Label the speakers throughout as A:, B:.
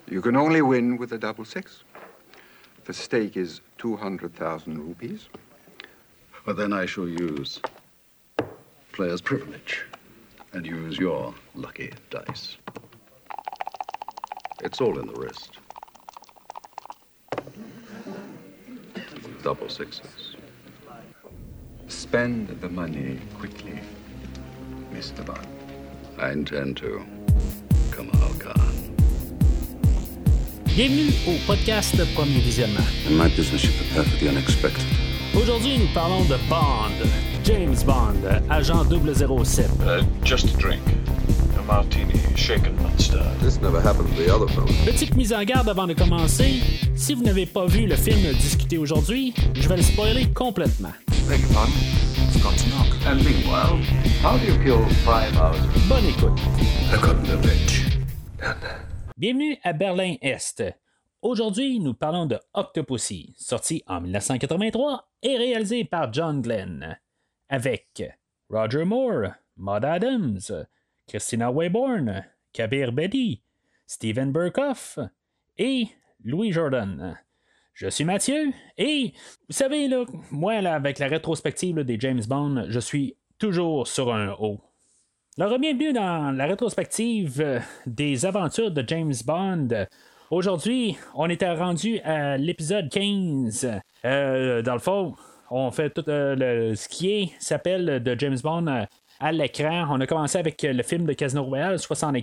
A: You can only win with a double six. The stake is 200,000 rupees.
B: Well, then I shall use player's privilege and use your lucky dice. It's all in the wrist. Double sixes.
A: Spend the money quickly, Mr. Bond.
B: I intend to. Kamal Khan.
C: Bienvenue au podcast Premier Visionnement.
B: In my business, you prepare for the unexpected.
C: Aujourd'hui, nous parlons de Bond, James Bond, agent 007.
D: Just a drink. A martini, shaken not stirred.
E: This never happened to the other fellow.
C: Petite mise en garde avant de commencer. Si vous n'avez pas vu le film discuté aujourd'hui, je vais le spoiler complètement.
A: Beg your pardon? Forgot to knock. And meanwhile, how do you kill 5 hours?
C: Bonne écoute.
E: I've got the bitch. Down there.
C: Bienvenue à Berlin-Est. Aujourd'hui, nous parlons de Octopussy, sorti en 1983 et réalisé par John Glenn, avec Roger Moore, Maud Adams, Christina Wayborn, Kabir Bedi, Steven Berkoff et Louis Jordan. Je suis Mathieu et vous savez, là, moi, là, avec la rétrospective là, des James Bond, je suis toujours sur un haut. Alors, bienvenue dans la rétrospective des aventures de James Bond. Aujourd'hui, on était rendu à l'épisode 15. Dans le fond, on fait tout ce qui s'appelle de James Bond à l'écran. On a commencé avec le film de Casino Royale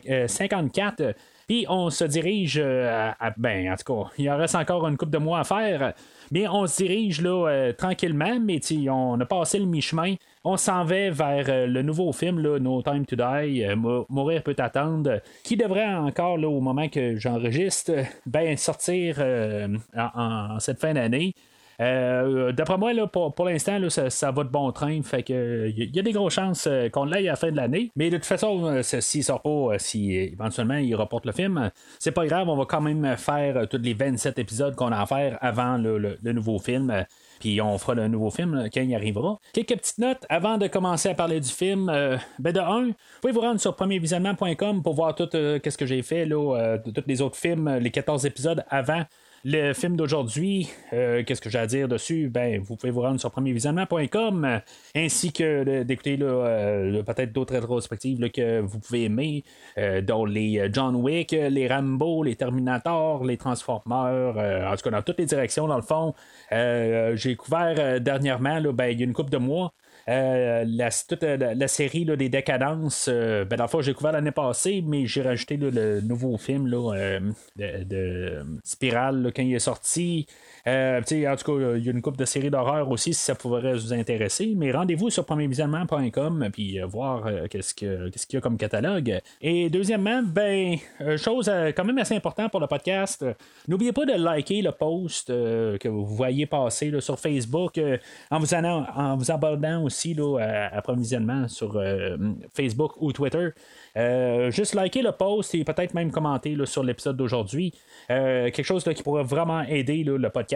C: 54. Puis on se dirige en tout cas, il en reste encore une couple de mois à faire. Mais on se dirige là tranquillement, mais on a passé le mi-chemin. On s'en va vers le nouveau film, là, No Time to Die, Mourir peut attendre, qui devrait encore, là, au moment que j'enregistre, sortir en cette fin d'année. D'après moi, là, pour l'instant, là, ça va de bon train. Fait que il y a des grosses chances qu'on l'aille à la fin de l'année. Mais de toute façon, s'il sort pas, si éventuellement il reporte le film, c'est pas grave, on va quand même faire tous les 27 épisodes qu'on a à faire avant le nouveau film. Puis on fera le nouveau film quand il arrivera. Quelques petites notes avant de commencer à parler du film. De un, vous pouvez vous rendre sur premiervisionnement.com pour voir tout ce que j'ai fait là, de tous les autres films, les 14 épisodes avant le film d'aujourd'hui. Qu'est-ce que j'ai à dire dessus? Vous pouvez vous rendre sur premiervisionnement.com ainsi que d'écouter peut-être d'autres rétrospectives là, que vous pouvez aimer, dont les John Wick, les Rambo, les Terminator, les Transformers, en tout cas dans toutes les directions dans le fond. J'ai couvert dernièrement, il y a une couple de mois, toute la série là, des Décadences. Dans le fond, j'ai couvert l'année passée, mais j'ai rajouté là, le nouveau film là, de Spiral là, quand il est sorti. En tout cas, il y a une couple de séries d'horreur aussi si ça pourrait vous intéresser. Mais rendez-vous sur premiervisionnement.com puis voir qu'est-ce qu'il y a comme catalogue. Et deuxièmement, chose quand même assez importante pour le podcast, n'oubliez pas de liker le post que vous voyez passer là, sur Facebook en vous abonnant aussi là, à Premier Visionnement sur Facebook ou Twitter. Juste liker le post et peut-être même commenter là, sur l'épisode d'aujourd'hui. Quelque chose là, qui pourrait vraiment aider là, le podcast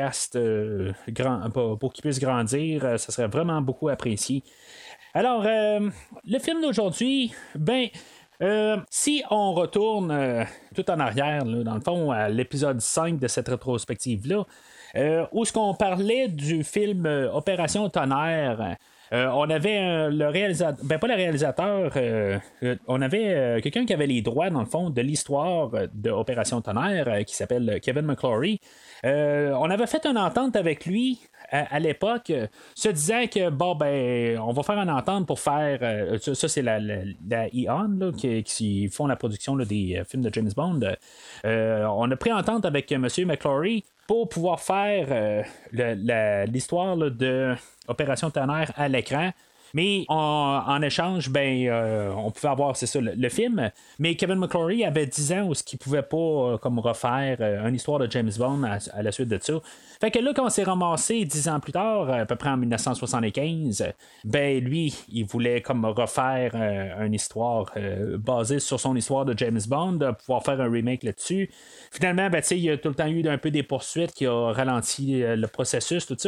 C: pour qu'il puisse grandir. Ça serait vraiment beaucoup apprécié. Alors, le film d'aujourd'hui, si on retourne tout en arrière, là, dans le fond, à l'épisode 5 de cette rétrospective-là, où est-ce qu'on parlait du film Opération Tonnerre. On avait le réalisateur, pas le réalisateur, on avait quelqu'un qui avait les droits, dans le fond, de l'histoire de Opération Tonnerre, qui s'appelle Kevin McClory. On avait fait une entente avec lui à l'époque, se disant que on va faire une entente pour faire ça c'est la Eon là, qui font la production là, des films de James Bond. On a pris entente avec M. McClory pour pouvoir faire l'histoire là, de Opération Tonnerre à l'écran. Mais en échange, on pouvait avoir, c'est ça, le film. Mais Kevin McClory avait 10 ans où ce qu'il pouvait pas comme refaire une histoire de James Bond à la suite de ça. Fait que là, quand on s'est ramassé 10 ans plus tard, à peu près en 1975, lui, il voulait comme refaire une histoire basée sur son histoire de James Bond, pouvoir faire un remake là-dessus. Finalement, il y a tout le temps eu un peu des poursuites qui ont ralenti le processus, tout ça.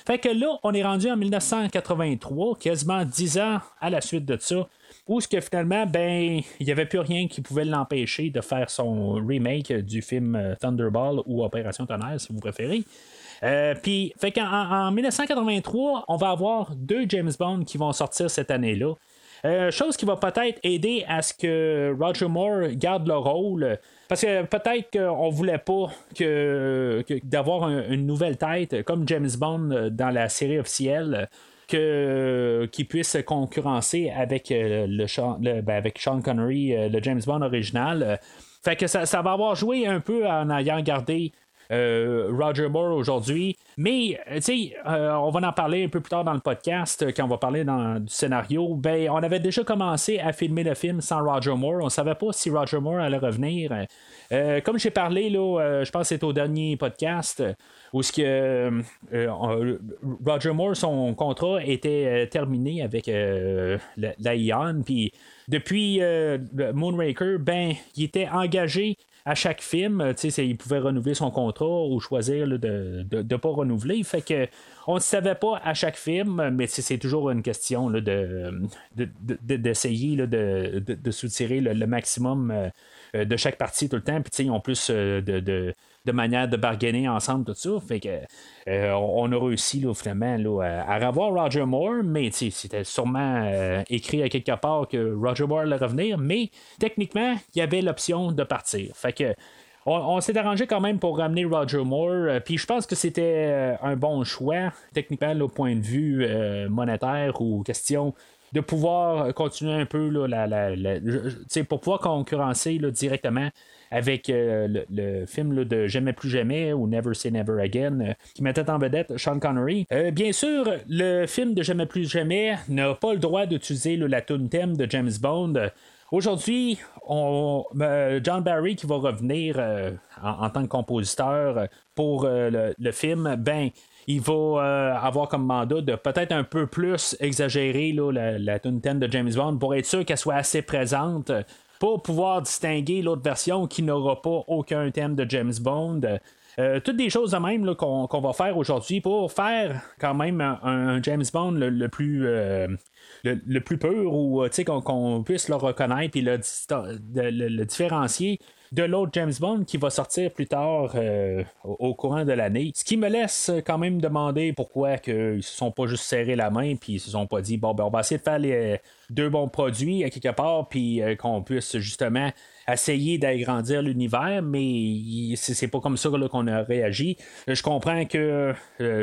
C: Fait que là, on est rendu en 1983, quasiment 10 ans à la suite de ça, où ce que finalement, ben, il n'y avait plus rien qui pouvait l'empêcher de faire son remake du film Thunderball ou Opération Tonnerre, si vous préférez. Puis, fait qu'en 1983, on va avoir 2 James Bond qui vont sortir cette année-là. Chose qui va peut-être aider à ce que Roger Moore garde le rôle. Parce que peut-être qu'on voulait pas d'avoir une nouvelle tête comme James Bond dans la série officielle qui puisse concurrencer avec avec Sean Connery, le James Bond original. Fait que ça va avoir joué un peu en ayant gardé Roger Moore aujourd'hui. Mais, tu sais, on va en parler un peu plus tard dans le podcast, quand on va parler du scénario. Ben, on avait déjà commencé à filmer le film sans Roger Moore. On savait pas si Roger Moore allait revenir. Comme j'ai parlé, là, je pense que c'est au dernier podcast, où Roger Moore, son contrat était terminé avec la Ion. Puis, depuis Moonraker, ben, il était engagé à chaque film, il pouvait renouveler son contrat ou choisir là, de ne pas renouveler. Fait que on ne savait pas à chaque film, mais c'est toujours une question là, d'essayer là, de soutirer le maximum de chaque partie tout le temps. Puis ils ont plus de manière de bargainer ensemble, tout ça. Fait que on a réussi là, finalement là, à revoir Roger Moore, mais c'était sûrement écrit à quelque part que Roger Moore allait revenir, mais techniquement, il y avait l'option de partir. Fait que on s'est arrangé quand même pour ramener Roger Moore, puis je pense que c'était un bon choix, techniquement, là, au point de vue monétaire ou question de pouvoir continuer un peu là, pour pouvoir concurrencer là, directement avec le film là, de Jamais plus jamais ou Never Say Never Again qui mettait en vedette Sean Connery. Bien sûr, le film de Jamais plus jamais n'a pas le droit d'utiliser là, la tune thème de James Bond. Aujourd'hui, John Barry qui va revenir en tant que compositeur pour le film, ben il va avoir comme mandat de peut-être un peu plus exagérer là, la tune thème de James Bond pour être sûr qu'elle soit assez présente pour pouvoir distinguer l'autre version qui n'aura pas aucun thème de James Bond. Toutes des choses de même là, qu'on va faire aujourd'hui pour faire quand même un James Bond le plus pur ou qu'on puisse le reconnaître et le différencier de l'autre James Bond qui va sortir plus tard au courant de l'année. Ce qui me laisse quand même demander pourquoi ils se sont pas juste serré la main puis ils se sont pas dit bon ben on va essayer de faire les 2 bons produits à quelque part puis qu'on puisse justement essayer d'agrandir l'univers, mais c'est pas comme ça là, qu'on a réagi. Je comprends que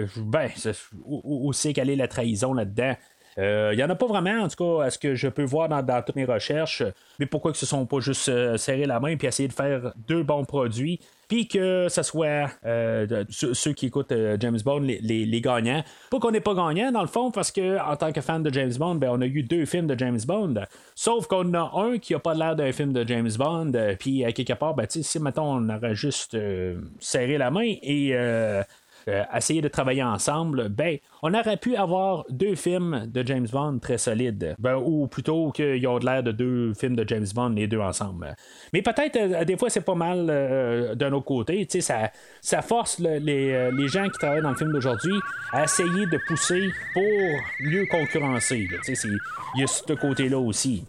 C: où c'est quelle est la trahison là-dedans. Il n'y en a pas vraiment, en tout cas, à ce que je peux voir dans toutes mes recherches. Mais pourquoi que se sont pas juste serré la main et essayer de faire 2 bons produits, puis que ce soit ceux qui écoutent James Bond les gagnants. Pas qu'on n'est pas gagnant, dans le fond, parce que en tant que fan de James Bond, ben, on a eu 2 films de James Bond. Sauf qu'on a un qui n'a pas l'air d'un film de James Bond, puis à quelque part, ben, si mettons, on aurait juste serré la main et essayer de travailler ensemble, ben, on aurait pu avoir 2 films de James Bond très solides. Ou plutôt qu'ils ont l'air de 2 films de James Bond, les 2 ensemble. Mais peut-être, des fois, c'est pas mal d'un autre côté. Ça force les gens qui travaillent dans le film d'aujourd'hui à essayer de pousser pour mieux concurrencer. Il y a ce côté-là aussi.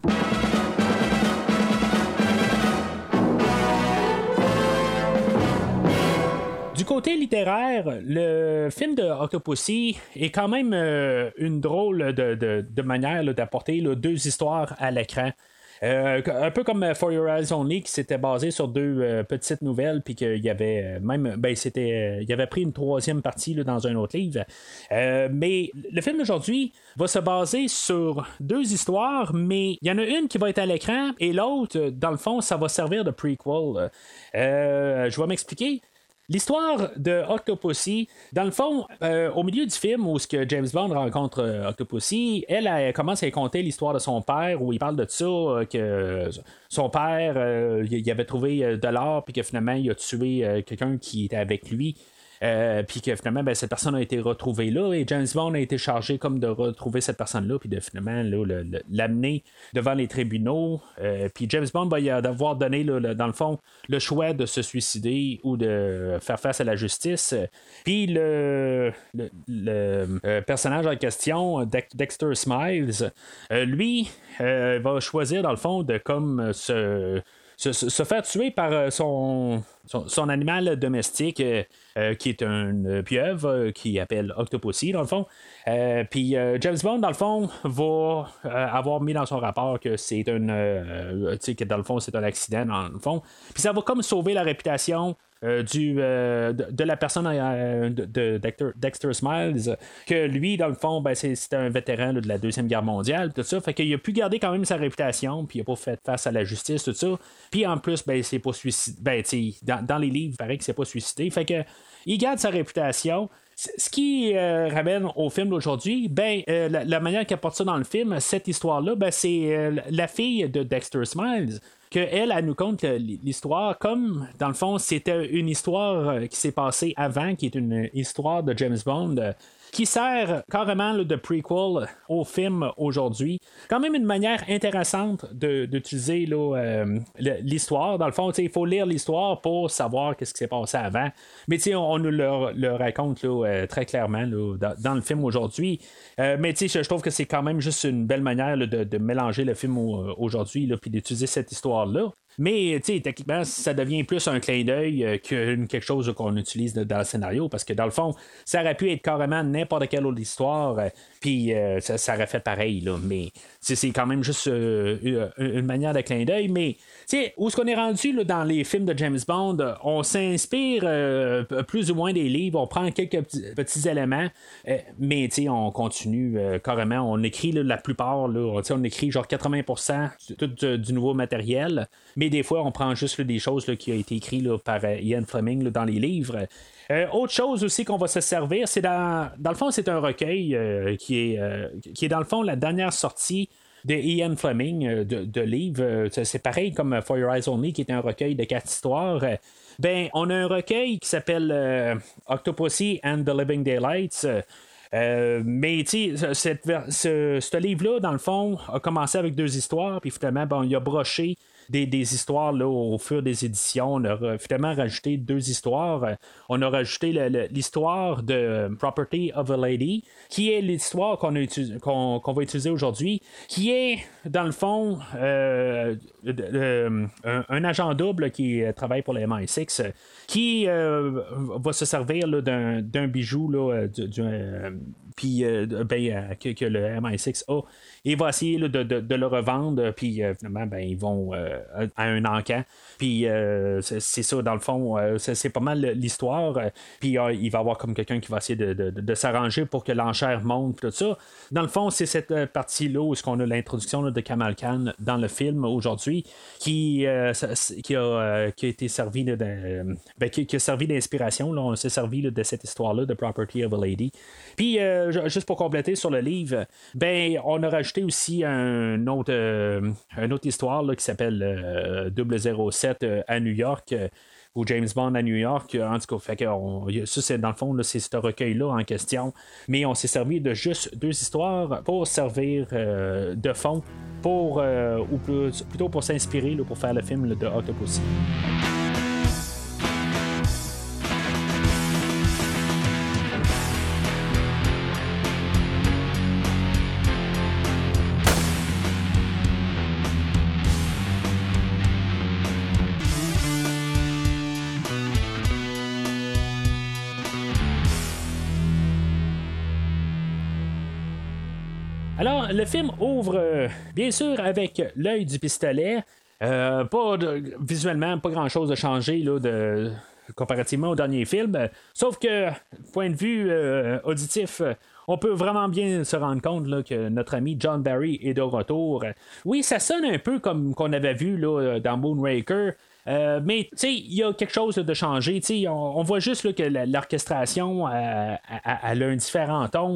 C: Du côté littéraire, le film de Octopussy est quand même une drôle de manière là, d'apporter là, 2 histoires à l'écran. Un peu comme For Your Eyes Only qui s'était basé sur 2 petites nouvelles puis qu'il y avait même il avait pris une 3e partie là, dans un autre livre. Mais le film d'aujourd'hui va se baser sur 2 histoires, mais il y en a une qui va être à l'écran et l'autre, dans le fond, ça va servir de prequel. Je vais m'expliquer. L'histoire de Octopussy, dans le fond, au milieu du film où James Bond rencontre Octopussy, elle commence à conter l'histoire de son père, où il parle de ça, que son père, il avait trouvé de l'or, puis que finalement, il a tué quelqu'un qui était avec lui. puis que finalement, ben, cette personne a été retrouvée là, et James Bond a été chargé comme de retrouver cette personne-là, puis de finalement là, l'amener devant les tribunaux. Puis James Bond va y avoir donné, là, dans le fond, le choix de se suicider ou de faire face à la justice. Puis le personnage en question, Dexter Smiles, lui, va choisir, dans le fond, de comme se faire tuer par son animal domestique qui est une pieuvre qui appelle Octopussy dans le fond. Puis James Bond dans le fond va avoir mis dans son rapport que c'est que dans le fond c'est un accident dans le fond. Puis ça va comme sauver la réputation de la personne de Dexter Smiles, que lui, dans le fond, ben, c'était un vétéran là, de la Deuxième Guerre mondiale, tout ça. Fait qu'il a pu garder quand même sa réputation, puis il a pas fait face à la justice, tout ça. Puis en plus, ben, c'est pas suicidé. Ben, dans les livres, il paraît que c'est pas suicidé. Fait que il garde sa réputation. Ce qui ramène au film d'aujourd'hui, ben, la manière qu'elle porte ça dans le film, cette histoire-là, ben, c'est la fille de Dexter Smiles. Elle nous conte l'histoire comme, dans le fond, c'était une histoire qui s'est passée avant, qui est une histoire de James Bond, qui sert carrément là, de prequel au film aujourd'hui. Quand même une manière intéressante d'utiliser là, l'histoire. Dans le fond, il faut lire l'histoire pour savoir qu'est-ce qui s'est passé avant. Mais on nous le raconte là, très clairement là, dans le film aujourd'hui. Mais je trouve que c'est quand même juste une belle manière là, de mélanger le film aujourd'hui puis d'utiliser cette histoire-là. Mais techniquement, ça devient plus un clin d'œil que quelque chose qu'on utilise dans le scénario, parce que dans le fond, ça aurait pu être carrément n'importe quelle autre histoire, puis ça aurait fait pareil, là. Mais c'est quand même juste une manière de clin d'œil. Mais où est-ce qu'on est rendu là, dans les films de James Bond? On s'inspire plus ou moins des livres, on prend quelques petits éléments, mais on continue carrément, on écrit là, la plupart, là, on écrit genre 80% du nouveau matériel. Mais des fois, on prend juste là, des choses là, qui ont été écrites là, par Ian Fleming là, dans les livres. Autre chose aussi qu'on va se servir, c'est dans le fond, c'est un recueil qui est dans le fond la dernière sortie de Ian Fleming de livres. C'est pareil comme For Your Eyes Only, qui est un recueil de 4 histoires. Ben, on a un recueil qui s'appelle Octopussy and the Living Daylights. Mais tu sais, ce livre-là, dans le fond, a commencé avec 2 histoires, puis finalement, bon, il a broché des histoires là, au fur des éditions. On a finalement rajouté 2 histoires. On a rajouté l'histoire de Property of a Lady, qui est l'histoire qu'on va utiliser aujourd'hui, qui est, dans le fond, un agent double qui travaille pour le MI6, qui va se servir là, d'un bijou là, puis que le MI6 a, et va essayer là, de le revendre, puis finalement ben, ils vont à un encan, puis c'est ça dans le fond, c'est pas mal l'histoire, puis il va y avoir comme quelqu'un qui va essayer de s'arranger pour que l'enchère monte, tout ça. Dans le fond, c'est cette partie-là où on a l'introduction là, de Kamal Khan dans le film aujourd'hui, qui a été servi là, qui a servi d'inspiration. Là, on s'est servi là, de cette histoire-là de Property of a Lady. Puis juste pour compléter sur le livre, ben on a rajouté aussi une autre histoire là, qui s'appelle 007 à New York, ou James Bond à New York. En tout cas, fait que ça, c'est dans le fond, là, c'est ce recueil-là en question. Mais on s'est servi de juste 2 histoires pour servir de fond, ou plutôt pour s'inspirer là, pour faire le film là, de Octopussy. Alors, le film ouvre, bien sûr, avec l'œil du pistolet. Visuellement, pas grand-chose de changé là, comparativement au dernier film. Sauf que, point de vue auditif, on peut vraiment bien se rendre compte là, que notre ami John Barry est de retour. Oui, ça sonne un peu comme qu'on avait vu là, dans Moonraker. Mais il y a quelque chose de changé. On voit juste là, que l'orchestration elle a un différent ton.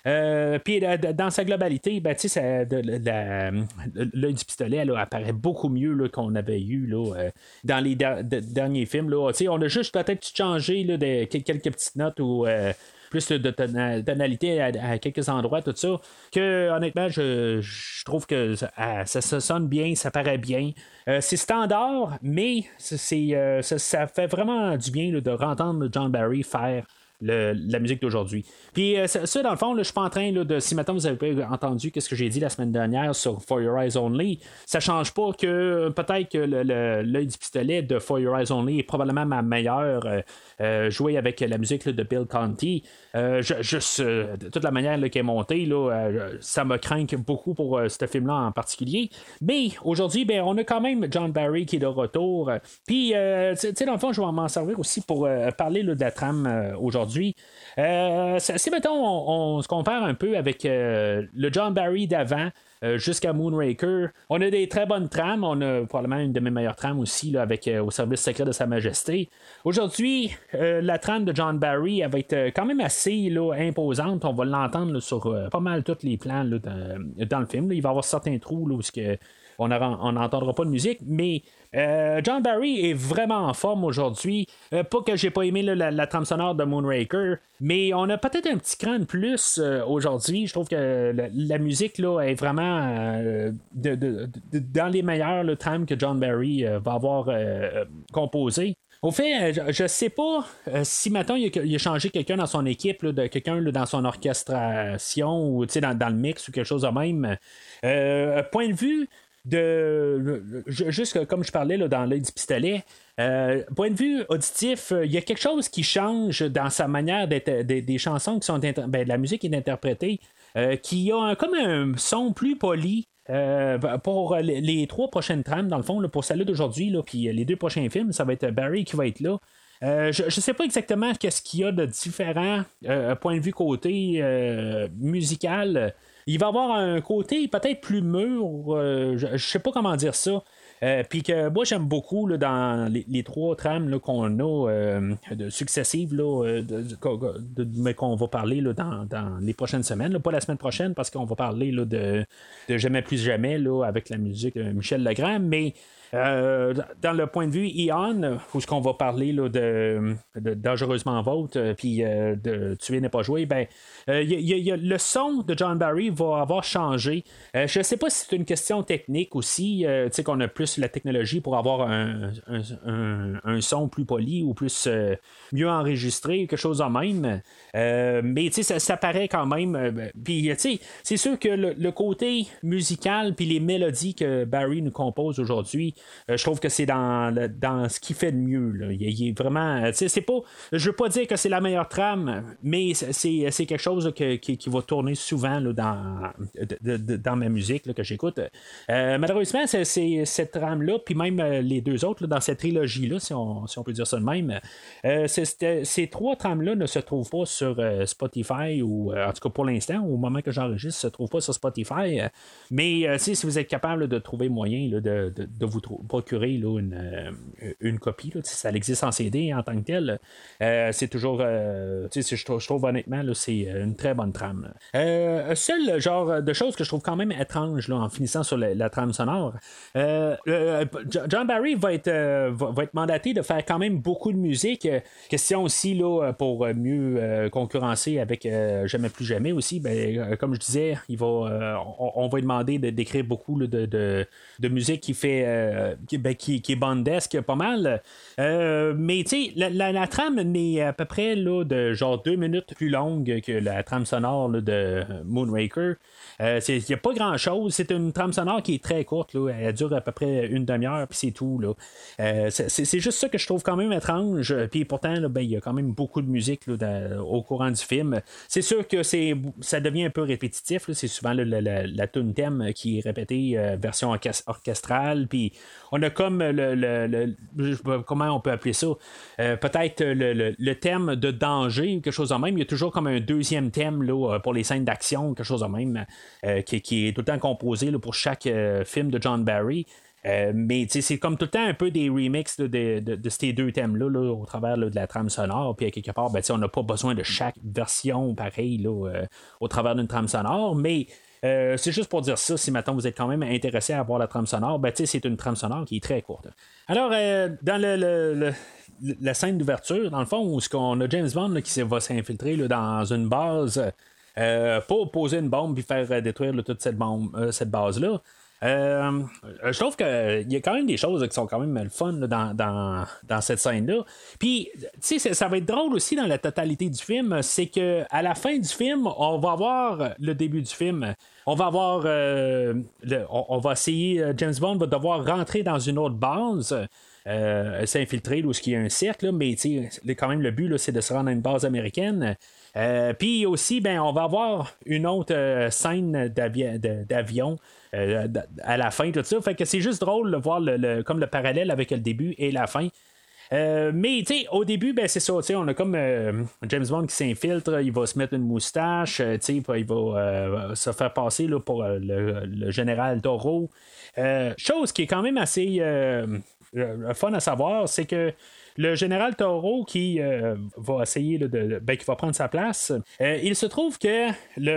C: Puis dans sa globalité, ben, l'œil du pistolet là, apparaît beaucoup mieux là, qu'on avait eu là, dans les derniers films. Là. On a juste peut-être changé là, quelques petites notes ou plus de tonalité à quelques endroits, tout ça, que honnêtement, je trouve que ça sonne bien, ça paraît bien. C'est standard, mais ça fait vraiment du bien là, de entendre John Barry faire la musique d'aujourd'hui. Puis ça, dans le fond, là, je suis pas en train là, de. Si maintenant vous avez pas entendu ce que j'ai dit la semaine dernière sur For Your Eyes Only, ça change pas que peut-être que l'œil du pistolet de For Your Eyes Only est probablement ma meilleure jouée avec la musique là, de Bill Conti. Juste de toute la manière là, qui est montée, là, ça me craint beaucoup pour ce film-là en particulier. Mais aujourd'hui, ben, on a quand même John Barry qui est de retour. Puis, tu sais, dans le fond, je vais m'en servir aussi pour parler là, de la trame aujourd'hui. Si mettons, on se compare un peu avec le John Barry d'avant, jusqu'à Moonraker. On a des très bonnes trames. On a probablement une de mes meilleures trames aussi là, avec Au service secret de Sa Majesté. Aujourd'hui, la trame de John Barry elle va être quand même assez là, imposante. On va l'entendre là, sur pas mal tous les plans là, dans le film. Là. Il va y avoir certains trous là, où on n'entendra pas de musique, mais John Barry est vraiment en forme aujourd'hui. Pas que j'ai pas aimé là, la trame sonore de Moonraker, mais on a peut-être un petit cran de plus aujourd'hui. Je trouve que la musique là, est vraiment dans les meilleures trames que John Barry va avoir composées. Au fait, je sais pas si maintenant il a changé quelqu'un dans son équipe, là, de quelqu'un là, dans son orchestration ou dans le mix ou quelque chose de même. Point de vue juste comme je parlais là, dans l'œil du pistolet, point de vue auditif, il y a quelque chose qui change dans sa manière des chansons qui sont de la musique qui est interprétée, qui a comme un son plus poli. Pour les 3 prochaines trames, dans le fond, là, pour celle-là d'aujourd'hui, puis les 2 prochains films, ça va être Barry qui va être là. Je ne sais pas exactement qu'est-ce qu'il y a de différent, point de vue côté musical. Il va avoir un côté peut-être plus mûr, je sais pas comment dire ça. Puis que moi j'aime beaucoup là, dans les 3 trames là, qu'on a successives là, mais qu'on va parler là, dans les prochaines semaines, là, pas la semaine prochaine parce qu'on va parler là, de Jamais plus jamais là, avec la musique de Michel Legrand, mais dans le point de vue Eon, où ce qu'on va parler là, de Dangereusement Vôtre, puis de Tuer n'est pas joué, ben le son de John Barry va avoir changé. Je ne sais pas si c'est une question technique aussi, tu sais qu'on a plus la technologie pour avoir un son plus poli ou plus mieux enregistré ou quelque chose en même. Mais tu sais, ça paraît quand même. Puis tu sais, c'est sûr que le côté musical puis les mélodies que Barry nous compose aujourd'hui, je trouve que c'est dans ce qu'il fait de mieux. Là. Il est vraiment. C'est pas. Je veux pas dire que c'est la meilleure trame, mais c'est quelque chose qui va tourner souvent là, dans ma musique là, que j'écoute. Malheureusement, c'est cette trame-là, puis même les 2 autres là, dans cette trilogie-là, si on peut dire ça de même. Ces 3 trames-là ne se trouvent pas sur Spotify, ou en tout cas pour l'instant, au moment que j'enregistre, ne se trouvent pas sur Spotify. Mais si vous êtes capable là, de trouver moyen là, de vous procurer là, une copie, là, ça existe en CD en tant que tel, c'est toujours je trouve honnêtement là, c'est une très bonne trame. Seul genre de choses que je trouve quand même étrange là, en finissant sur la trame sonore, John Barry va être mandaté de faire quand même beaucoup de musique. Question aussi là, pour mieux concurrencer avec Jamais plus jamais aussi, comme je disais, on va lui demander d'écrire beaucoup là, de musique qui fait qui est bandesque pas mal. Mais tu sais, la trame n'est à peu près là, de genre 2 minutes plus longue que la trame sonore là, de Moonraker. Il n'y a pas grand chose. C'est une trame sonore qui est très courte. Là. Elle dure à peu près une demi-heure, puis c'est tout. Là. C'est juste ça que je trouve quand même étrange. Puis pourtant, il y a quand même beaucoup de musique là, au courant du film. C'est sûr que ça devient un peu répétitif. Là. C'est souvent là, la tune thème qui est répétée, version orchestrale. Puis on a comme comment on peut appeler ça? Peut-être le thème de danger ou quelque chose de même. Il y a toujours comme un deuxième thème là, pour les scènes d'action, quelque chose de même, qui est tout le temps composé là, pour chaque film de John Barry. Mais c'est comme tout le temps un peu des remixes de ces deux thèmes-là là, au travers là, de la trame sonore. Puis quelque part, on n'a pas besoin de chaque version pareille là, au travers d'une trame sonore. Mais c'est juste pour dire ça, si maintenant vous êtes quand même intéressé à voir la trame sonore, c'est une trame sonore qui est très courte. Alors, dans la scène d'ouverture, dans le fond, où on a James Bond là, qui va s'infiltrer là, dans une base pour poser une bombe puis faire détruire là, toute cette base-là. Je trouve qu'il y a quand même des choses qui sont quand même le fun là, dans cette scène-là. Puis, tu sais, ça va être drôle aussi dans la totalité du film, c'est que à la fin du film, on va avoir le début du film. On va avoir, on va essayer, James Bond va devoir rentrer dans une autre base. S'infiltrer où il y a un cercle, là, mais quand même le but là, c'est de se rendre à une base américaine. Puis aussi, on va avoir une autre scène d'avion à la fin, tout ça. Fait que c'est juste drôle de voir comme le parallèle avec le début et la fin. Mais au début, c'est ça, on a comme James Bond qui s'infiltre, il va se mettre une moustache, il va se faire passer là, pour le général Toro. Chose qui est quand même assez fun à savoir, c'est que le général Toro qui va essayer qui va prendre sa place, il se trouve que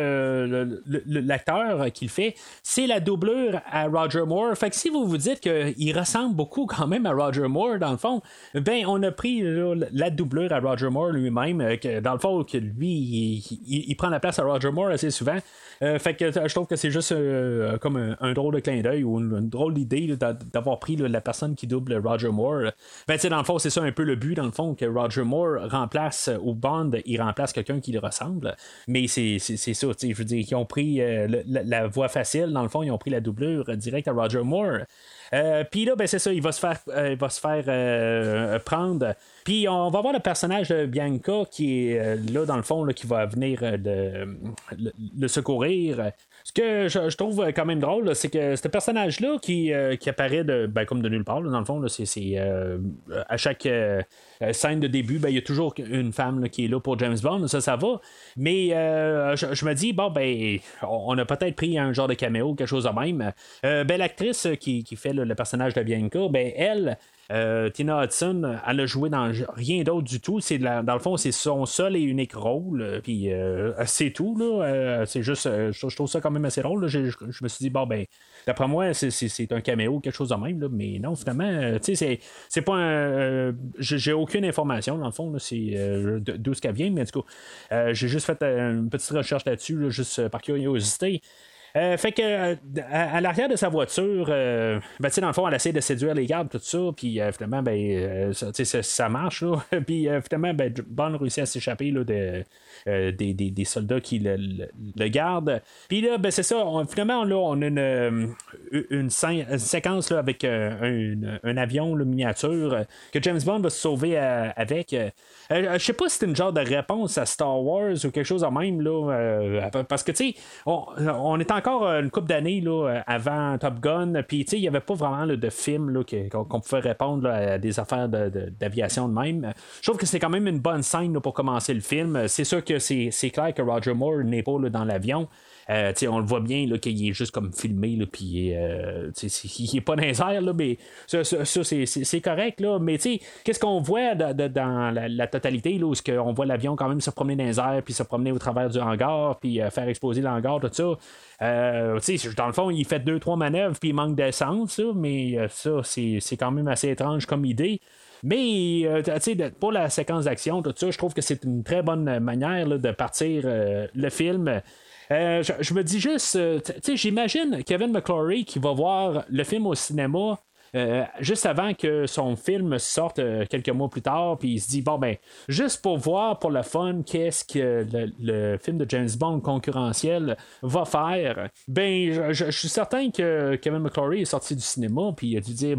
C: l'acteur qui le fait, c'est la doublure à Roger Moore. Fait que si vous vous dites qu'il ressemble beaucoup quand même à Roger Moore, dans le fond, on a pris la doublure à Roger Moore lui-même, dans le fond, que lui, il prend la place à Roger Moore assez souvent. Fait que je trouve que c'est juste comme un drôle de clin d'œil ou une drôle d'idée là, d'avoir pris la personne qui double Roger Moore. Dans le fond, c'est ça un peu le but, dans le fond, que Roger Moore remplace ou Bond, il remplace quelqu'un qui lui ressemble. Mais c'est ça, je veux dire, ils ont pris la voix facile, dans le fond, ils ont pris la doublure directe à Roger Moore. Puis là, c'est ça, il va se faire prendre. Puis on va voir le personnage de Bianca qui est là, dans le fond, là, qui va venir le secourir. Ce que je trouve quand même drôle, là, c'est que ce personnage-là qui apparaît comme de nulle part, là, dans le fond, là, c'est à chaque scène de début, il y a toujours une femme là, qui est là pour James Bond, ça va. Mais je me dis, on a peut-être pris un genre de caméo, quelque chose de même. L'actrice qui fait le personnage de Bianca, elle. Tina Hudson, elle a joué dans rien d'autre du tout. Dans le fond, c'est son seul et unique rôle. Puis c'est tout. Là. C'est juste, je trouve ça quand même assez drôle. Là. Je me suis dit, d'après moi, c'est un caméo, quelque chose de même. Là. Mais non, finalement, c'est pas un. J'ai aucune information, dans le fond. Là, c'est d'où ce qu'elle vient. Mais en tout cas, j'ai juste fait une petite recherche là-dessus, là, juste par curiosité. Fait que à l'arrière de sa voiture, dans le fond, elle essaie de séduire les gardes, tout ça, puis finalement, ça marche, là. Puis finalement, Bond réussit à s'échapper là, des soldats qui le gardent. Puis là, c'est ça, finalement, là, on a une séquence là, avec un avion là, miniature que James Bond va se sauver avec. Je sais pas si c'est une genre de réponse à Star Wars ou quelque chose de même, là, parce que, tu sais, on est encore une couple d'années là, avant Top Gun, puis il n'y avait pas vraiment là, de film là, qu'on pouvait répondre là, à des affaires d'aviation de même. Je trouve que c'est quand même une bonne scène là, pour commencer le film. C'est sûr que c'est clair que Roger Moore n'est pas là, dans l'avion. On le voit bien là, qu'il est juste comme filmé, puis il est pas dans les airs, là, mais ça c'est correct, là, mais qu'est-ce qu'on voit dans la totalité, là, où on voit l'avion quand même se promener dans les airs, puis se promener au travers du hangar, puis faire exploser l'hangar, tout ça. Dans le fond, il fait 2-3 manœuvres, puis il manque d'essence, ça, mais ça, c'est quand même assez étrange comme idée. Mais pour la séquence d'action, tout ça, je trouve que c'est une très bonne manière là, de partir le film. Je me dis juste, j'imagine Kevin McClory qui va voir le film au cinéma juste avant que son film sorte quelques mois plus tard, puis il se dit juste pour voir pour le fun qu'est-ce que le film de James Bond concurrentiel va faire. Je suis certain que Kevin McClory est sorti du cinéma, puis il a dû dire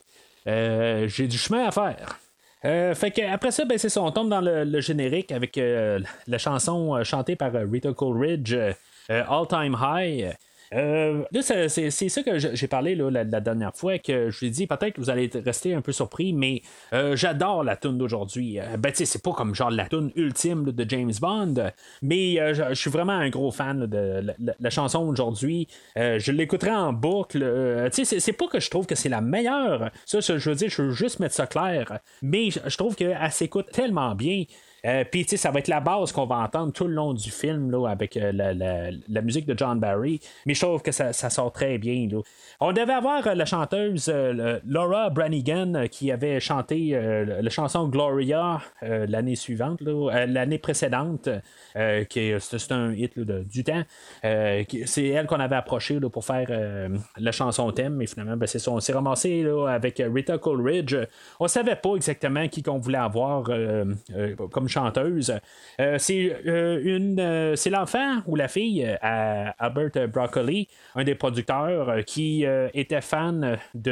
C: j'ai du chemin à faire. Fait que après ça, c'est ça, on tombe dans le générique avec la chanson chantée par Rita Coolidge, All Time High. Là, c'est ça que j'ai parlé là, la dernière fois, que je lui ai dit peut-être que vous allez rester un peu surpris, mais j'adore la tune d'aujourd'hui. Ben, tu sais, c'est pas comme genre la tune ultime là, de James Bond, mais je suis vraiment un gros fan là, de la chanson d'aujourd'hui. Je l'écouterai en boucle. Tu sais, c'est pas que je trouve que c'est la meilleure. Ça, je veux dire, je veux juste mettre ça clair, mais je trouve qu'elle s'écoute tellement bien. Puis, tu sais, ça va être la base qu'on va entendre tout le long du film là, avec la musique de John Barry. Mais je trouve que ça sort très bien. Là. On devait avoir la chanteuse Laura Branigan qui avait chanté la chanson Gloria l'année suivante, l'année précédente. C'est un hit là, du temps. C'est elle qu'on avait approché là, pour faire la chanson thème. Mais finalement, ben, c'est ça. On s'est ramassé là, avec Rita Coolidge. On savait pas exactement qui qu'on voulait avoir comme chanteuse. C'est l'enfant ou la fille à Albert Broccoli, un des producteurs qui était fan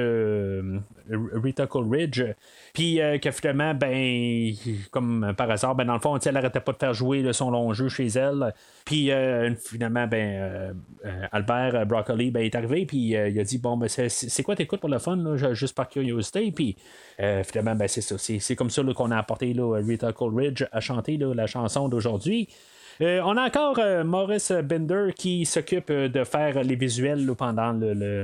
C: de Rita Coolidge, puis que finalement, ben, comme par hasard, ben, dans le fond, elle n'arrêtait pas de faire jouer là, son long jeu chez elle. Puis finalement, ben, Albert Broccoli ben, est arrivé, puis il a dit bon, ben, c'est quoi t'écoutes pour le fun, là, juste par curiosité, puis finalement, ben, c'est ça. C'est comme ça là, qu'on a apporté là, Rita Coolidge à chanter là, la chanson d'aujourd'hui. On a encore Maurice Binder qui s'occupe de faire les visuels là, pendant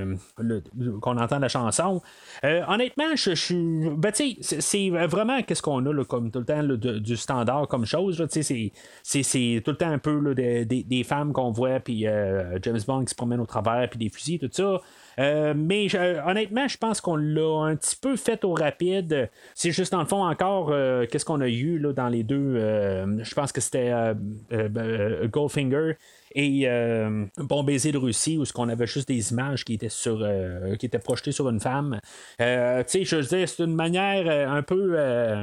C: qu'on entend la chanson. Honnêtement, ben, c'est vraiment qu'est-ce qu'on a là, comme tout le temps là, du standard comme chose. Là, c'est tout le temps un peu là, des femmes qu'on voit, puis James Bond qui se promène au travers, puis des fusils, tout ça. Mais honnêtement, je pense qu'on l'a un petit peu fait au rapide. C'est juste dans le fond encore qu'est-ce qu'on a eu là, dans les deux. Je pense que c'était Goldfinger et Bon baiser de Russie, où on avait juste des images qui étaient projetées sur une femme. Tu sais, je veux dire, c'est une manière un peu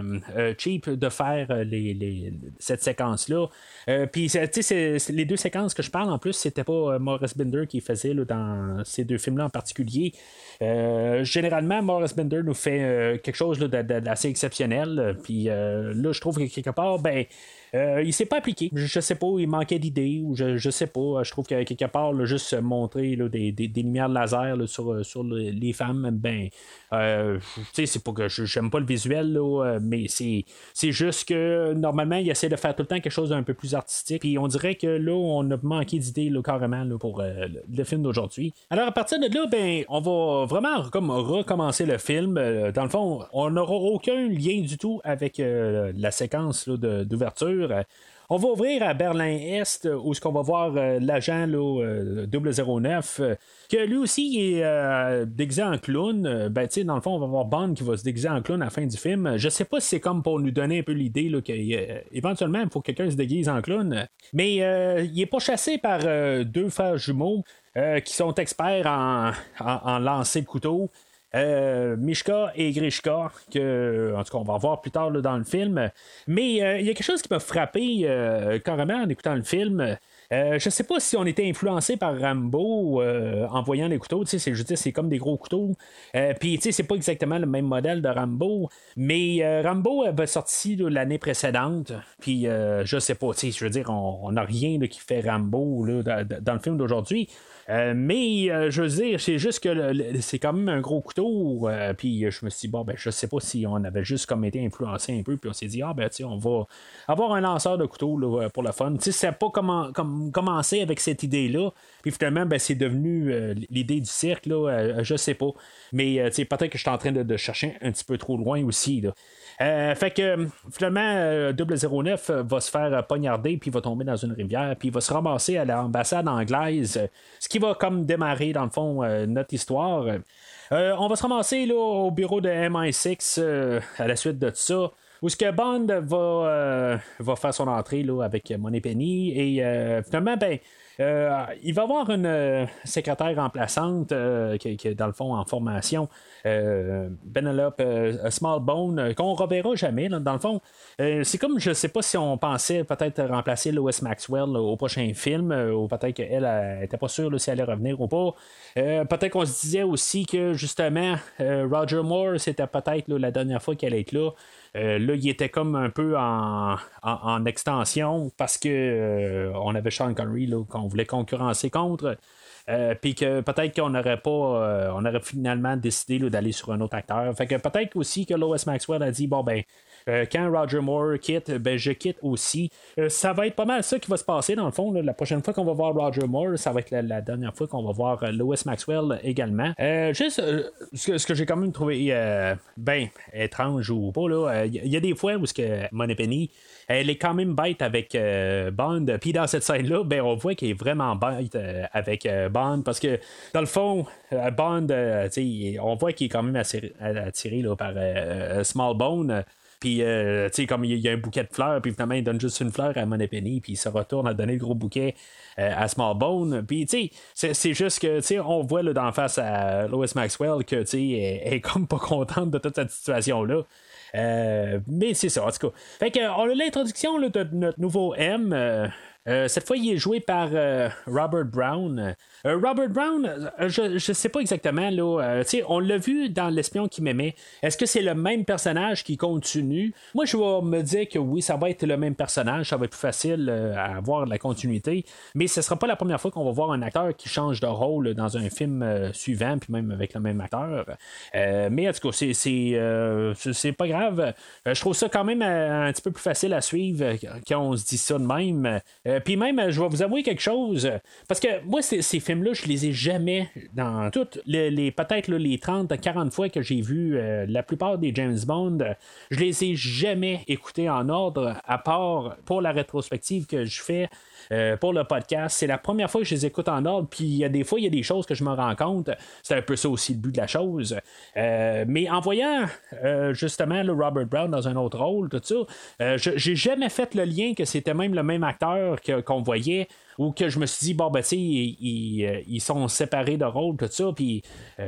C: cheap de faire cette séquence-là. Puis, tu sais, les deux séquences que je parle, en plus, c'était pas Maurice Binder qui faisait là, dans ces deux films-là en particulier. Généralement, Maurice Binder nous fait quelque chose là, d'assez exceptionnel. Puis là, je trouve que quelque part, ben, il s'est pas appliqué. Je sais pas, il manquait d'idées ou je sais pas. Je trouve que quelque part, là, juste montrer là, des lumières de laser là, sur les femmes, ben, tu sais, c'est pas que j'aime pas le visuel, là, mais c'est juste que normalement, il essaie de faire tout le temps quelque chose d'un peu plus artistique. Puis on dirait que là, on a manqué d'idées là, carrément là, pour le film d'aujourd'hui. Alors à partir de là, ben, on va vraiment comme recommencer le film. Dans le fond, on n'aura aucun lien du tout avec la séquence là, d'ouverture. On va ouvrir à Berlin-Est où ce qu'on va voir l'agent là, 009 que lui aussi est déguisé en clown. Ben, tu sais, dans le fond, on va voir Bond qui va se déguiser en clown à la fin du film. Je sais pas si c'est comme pour nous donner un peu l'idée qu'éventuellement, il faut que quelqu'un se déguise en clown. Mais il est pas chassé par deux frères jumeaux qui sont experts en lancer de couteau. Mishka et Grishka, que en tout cas on va voir plus tard là, dans le film. Mais il y a quelque chose qui m'a frappé carrément en écoutant le film. Je sais pas si on était influencé par Rambo en voyant les couteaux. Je veux dire, c'est comme des gros couteaux. Puis c'est pas exactement le même modèle de Rambo. Mais Rambo avait sorti là, l'année précédente. Puis je sais pas, je veux dire, on n'a rien là, qui fait Rambo là, dans le film d'aujourd'hui. Mais je veux dire, c'est juste que c'est quand même un gros couteau. Puis je me suis dit, bon, ben, je sais pas si on avait juste comme été influencé un peu. Puis on s'est dit, on va avoir un lanceur de couteau là, pour le fun. Tu sais, c'est pas commencé avec cette idée-là. Puis finalement, ben, c'est devenu l'idée du cirque. Là, je sais pas. Mais peut-être que je suis en train de chercher un petit peu trop loin aussi. Là. Fait que finalement 009 va se faire poignarder puis va tomber dans une rivière puis il va se ramasser à l'ambassade anglaise, ce qui va comme démarrer dans le fond notre histoire. On va se ramasser là, au bureau de MI6 à la suite de ça, où ce que Bond va faire son entrée là, avec Moneypenny et finalement ben il va y avoir une secrétaire remplaçante qui est dans le fond en formation, Penelope Smallbone, qu'on ne reverra jamais là, dans le fond. C'est comme, je sais pas si on pensait peut-être remplacer Lois Maxwell là, au prochain film, ou peut-être qu'elle n'était pas sûre là, si elle allait revenir ou pas. Peut-être qu'on se disait aussi que justement Roger Moore, c'était peut-être là, la dernière fois qu'elle allait être là. Là, il était comme un peu en extension parce que on avait Sean Connery là, qu'on voulait concurrencer contre. Puis que peut-être qu'on n'aurait pas, on aurait finalement décidé là, d'aller sur un autre acteur. Fait que peut-être aussi que Lois Maxwell a dit bon ben. Quand Roger Moore quitte, ben je quitte aussi. Ça va être pas mal ça qui va se passer dans le fond. Là. La prochaine fois qu'on va voir Roger Moore, ça va être la dernière fois qu'on va voir Lois Maxwell également. Juste ce que j'ai quand même trouvé ben étrange ou pas là. Il y a des fois où ce que Moneypenny elle est quand même bête avec Bond. Puis dans cette scène-là, ben on voit qu'elle est vraiment bête avec Bond parce que dans le fond, Bond, on voit qu'il est quand même attiré là, par Smallbone. Puis, tu sais, comme il y a un bouquet de fleurs, puis finalement, il donne juste une fleur à Moneypenny, puis il se retourne à donner le gros bouquet à Smallbone. Puis, tu sais, c'est juste que, tu sais, on voit là, d'en face à Lois Maxwell que, tu sais, elle est comme pas contente de toute cette situation-là. Mais c'est ça, en tout cas. Fait que, on a l'introduction là, de notre nouveau M. Cette fois, il est joué par Robert Brown. Robert Brown, je sais pas exactement, là. On l'a vu dans L'espion qui m'aimait. Est-ce que c'est le même personnage qui continue? Moi, je vais me dire que oui, ça va être le même personnage. Ça va être plus facile à avoir de la continuité. Mais ce sera pas la première fois qu'on va voir un acteur qui change de rôle dans un film suivant, puis même avec le même acteur. Mais en tout cas, c'est pas grave. Je trouve ça quand même un petit peu plus facile à suivre quand on se dit ça de même. Puis même, je vais vous avouer quelque chose. Parce que moi, ces films-là, je les ai jamais, dans toutes les peut-être là, les 30-40 fois que j'ai vu la plupart des James Bond, je les ai jamais écoutés en ordre, à part pour la rétrospective que je fais pour le podcast. C'est la première fois que je les écoute en ordre, puis il y a des fois, il y a des choses que je me rends compte. C'est un peu ça aussi le but de la chose. Mais en voyant justement le Robert Brown dans un autre rôle, tout ça, j'ai jamais fait le lien que c'était même le même acteur qu'on voyait, ou que je me suis dit, bon, ben, tu sais, ils sont séparés de rôle, tout ça, puis,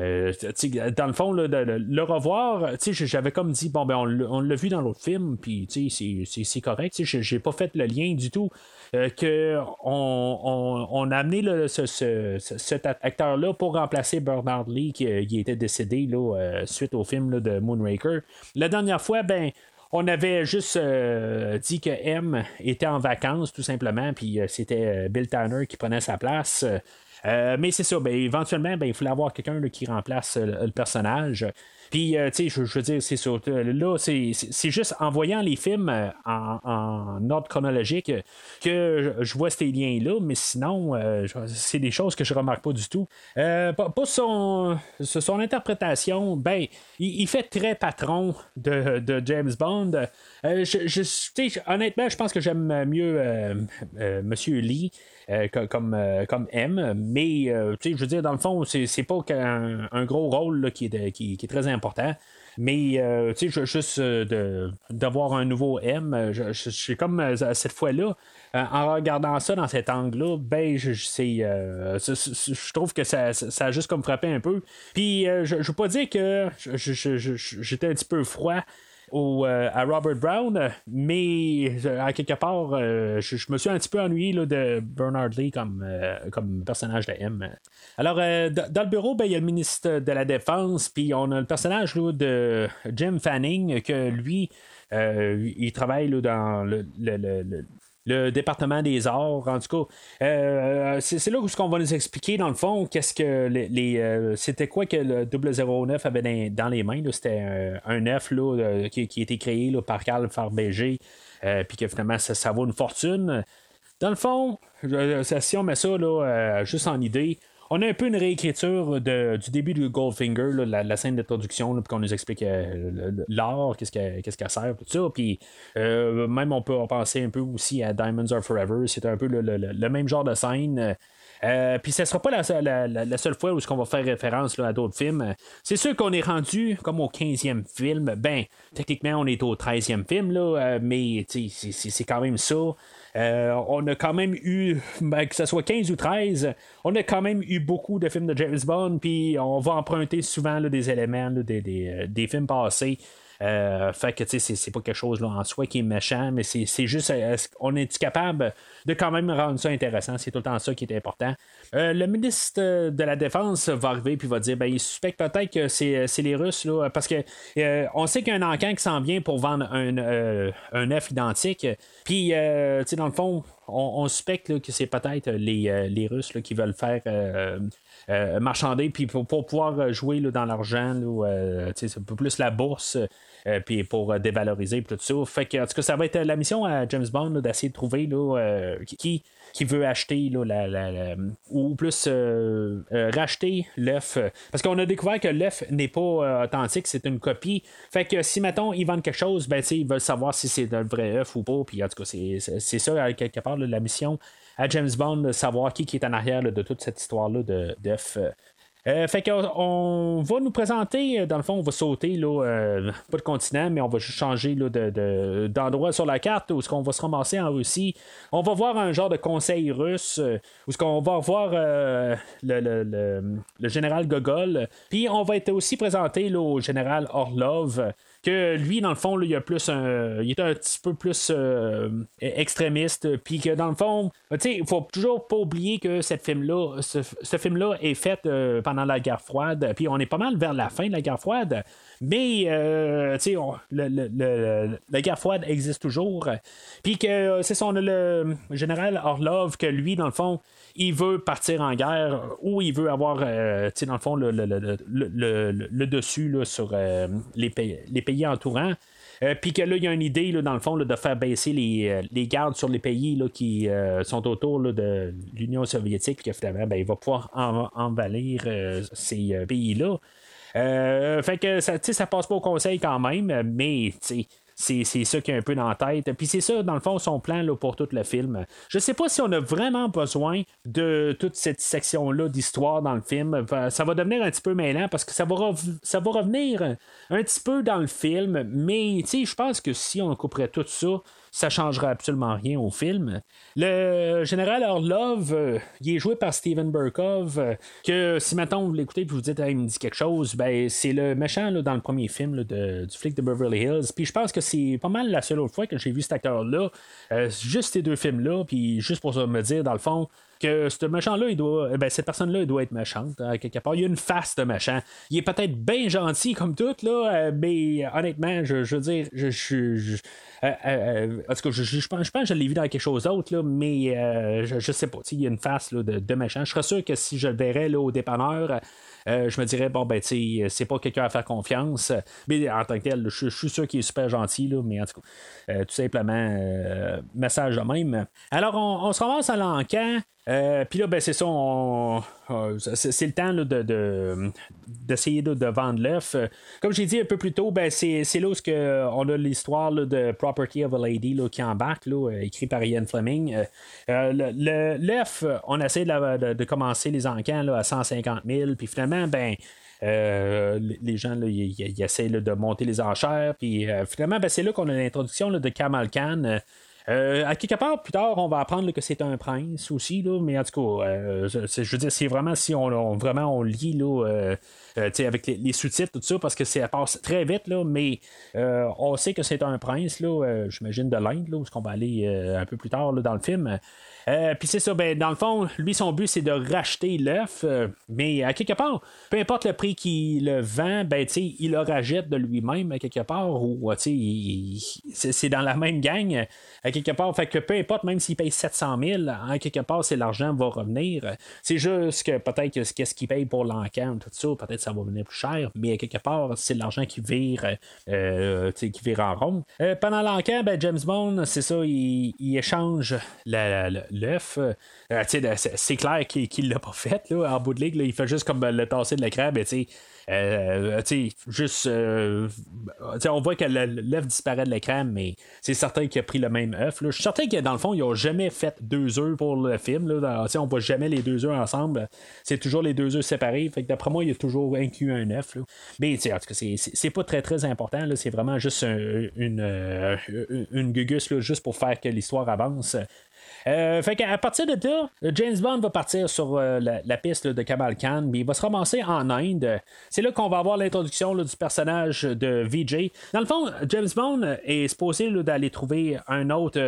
C: dans le fond, là, le revoir, tu sais, j'avais comme dit, bon, ben, on l'a vu dans l'autre film, puis, tu sais, c'est correct, tu sais, j'ai pas fait le lien du tout. Que on a amené là, cet acteur-là pour remplacer Bernard Lee qui était décédé là, suite au film là, de Moonraker. La dernière fois, ben on avait juste dit que M était en vacances, tout simplement, puis c'était Bill Tanner qui prenait sa place. Mais c'est ça, ben, éventuellement, ben, il fallait avoir quelqu'un là, qui remplace le personnage. Puis, tu sais, je veux dire, c'est ça. Là, c'est juste en voyant les films en ordre chronologique que je vois ces liens-là, mais sinon, c'est des choses que je remarque pas du tout. Pour son interprétation, ben, il fait très patron de James Bond. Honnêtement, je pense que j'aime mieux Monsieur Lee. Comme M, mais je veux dire, dans le fond, c'est pas un gros rôle là, qui est très important. Mais juste d'avoir un nouveau M, je suis comme cette fois-là, en regardant ça dans cet angle-là, ben je trouve que ça a juste comme frappé un peu. Puis je veux pas dire que j'étais un petit peu froid à Robert Brown, mais à quelque part, je me suis un petit peu ennuyé là, de Bernard Lee comme personnage de M. Alors, dans le bureau, ben, il y a le ministre de la Défense, puis on a le personnage là, de Jim Fanning, que lui, il travaille là, dans le département des arts, en tout cas. C'est là où on va nous expliquer, dans le fond, qu'est-ce que c'était quoi que le 009 avait dans les mains. Là. C'était un œuf là, qui a été créé là, par Carl Farbeger, puis que finalement, ça vaut une fortune. Dans le fond, si on met ça là, juste en idée, on a un peu une réécriture du début de Goldfinger, là, la scène d'introduction, puis qu'on nous explique l'art, qu'est-ce qu'elle sert, tout ça. Puis même on peut penser un peu aussi à Diamonds Are Forever. C'est un peu le même genre de scène. Puis ce ne sera pas la seule fois où on va faire référence là, à d'autres films. C'est sûr qu'on est rendu comme au 15e film. Ben, techniquement, on est au 13e film, là, mais c'est quand même ça. On a quand même eu, que ce soit 15 ou 13, on a quand même eu beaucoup de films de James Bond, puis on va emprunter souvent là, des éléments là, des films passés. Fait que c'est pas quelque chose là, en soi qui est méchant, mais c'est juste on est capable de quand même rendre ça intéressant. C'est tout le temps ça qui est important. Le ministre de la Défense va arriver puis va dire il suspecte peut-être que c'est les Russes là, parce que on sait qu'il y a un encan qui s'en vient pour vendre un œuf identique. Puis dans le fond, on suspecte là, que c'est peut-être les Russes là, qui veulent faire marchander puis pour pouvoir jouer là, dans l'argent c'est un peu plus la bourse puis pour dévaloriser tout ça. Fait que en tout cas ça va être la mission à James Bond là, d'essayer de trouver là, qui veut acheter là, ou plus racheter l'œuf parce qu'on a découvert que l'œuf n'est pas authentique, c'est une copie. Fait que si mettons ils vendent quelque chose, ils veulent savoir si c'est un vrai œuf ou pas. Puis en tout cas c'est ça quelque part là, la mission à James Bond, de savoir qui est en arrière là, de toute cette histoire là d'œuf. Fait qu'on va nous présenter, dans le fond, on va sauter là, pas de continent, mais on va juste changer là, d'endroit sur la carte où est-ce qu'on va se ramasser en Russie. On va voir un genre de conseil russe où est-ce qu'on va voir le général Gogol. Puis on va être aussi présenté là, au général Orlov. Que lui, dans le fond, là, il est un petit peu plus extrémiste, puis que dans le fond, il faut toujours pas oublier que ce film-là est fait pendant la guerre froide, puis on est pas mal vers la fin de la guerre froide, mais la guerre froide existe toujours, puis que c'est ça, on a le général Orlov, que lui, dans le fond, il veut partir en guerre ou il veut avoir dans le fond le dessus là, sur les pays entourants. Puis que là, il y a une idée, là, dans le fond, là, de faire baisser les gardes sur les pays là, qui sont autour là, de l'Union soviétique, puis que finalement, il va pouvoir envahir ces pays-là. Fait que ça passe pas au conseil quand même, mais c'est ça qui est un peu dans la tête. Puis c'est ça, dans le fond, son plan là, pour tout le film. Je sais pas si on a vraiment besoin de toute cette section-là d'histoire dans le film. Ça va devenir un petit peu mêlant parce que ça va revenir un petit peu dans le film. Mais je pense que si on couperait tout ça, ça changerait absolument rien au film. Le général Orlov, il est joué par Steven Berkov, que si maintenant vous l'écoutez et vous dites il me dit quelque chose, c'est le méchant là, dans le premier film là, du flic de Beverly Hills. Puis je pense que c'est pas mal la seule autre fois que j'ai vu cet acteur-là, juste ces deux films-là, puis juste pour me dire, dans le fond, que ce méchant-là, cette personne-là, il doit être méchante, quelque part. Il y a une face de méchant. Il est peut-être bien gentil comme tout, là, mais honnêtement, je veux dire, en tout cas, je pense que je l'ai vu dans quelque chose d'autre, là, mais je sais pas. Il y a une face là, de méchant. Je serais sûr que si je le verrais là, au dépanneur, je me dirais, c'est pas quelqu'un à faire confiance. Mais en tant que tel, je suis sûr qu'il est super gentil, là, mais en tout cas, tout simplement, message de même. Alors, on se ramasse à l'encan. Puis là, c'est ça, c'est le temps là, d'essayer de vendre l'œuf. Comme j'ai dit un peu plus tôt, c'est là où on a l'histoire là, de Property of a Lady là, qui embarque, là, écrit par Ian Fleming. L'œuf, on essaie de commencer les encans là, à 150 000, puis finalement, les gens là, ils essaient là, de monter les enchères, puis finalement, c'est là qu'on a l'introduction là, de Kamal Khan. À quelque part plus tard, on va apprendre là, que c'est un prince aussi, là, mais en tout cas, je veux dire, c'est vraiment si on lit là, avec les sous-titres, tout ça, parce que ça passe très vite, là, mais on sait que c'est un prince, là, j'imagine de l'Inde, là, où est-ce qu'on va aller un peu plus tard là, dans le film. Puis c'est ça, dans le fond, lui, son but, c'est de racheter l'œuf, mais à quelque part, peu importe le prix qu'il le vend, il le rachète de lui-même à quelque part, ou c'est dans la même gang à quelque part, fait que peu importe, même s'il paye 700 000, à quelque part, c'est l'argent va revenir. C'est juste que peut-être qu'est-ce qu'il paye pour l'encan, tout ça, peut-être ça va venir plus cher, mais à quelque part, c'est l'argent qui vire en rond. Pendant l'encan, James Bond, c'est ça, il échange l'œuf. C'est clair qu'il l'a pas fait là, en bout de ligue, là, il fait juste comme le tasser de l'écran, on voit que l'œuf disparaît de l'écran, mais c'est certain qu'il a pris le même œuf. Je suis certain que dans le fond, ils n'ont jamais fait 2 œufs pour le film. Là. On ne voit jamais les 2 œufs ensemble. C'est toujours les 2 œufs séparés. Fait que d'après moi, il a toujours inclus un œuf. Là. Mais en tout cas, c'est pas très très important. Là. C'est vraiment juste une gugus là, juste pour faire que l'histoire avance. Fait qu'à partir de là, James Bond va partir sur la piste là, de Kamal Khan, mais il va se ramasser en Inde. C'est là qu'on va avoir l'introduction là, du personnage de VJ. Dans le fond, James Bond est supposé là, d'aller trouver un autre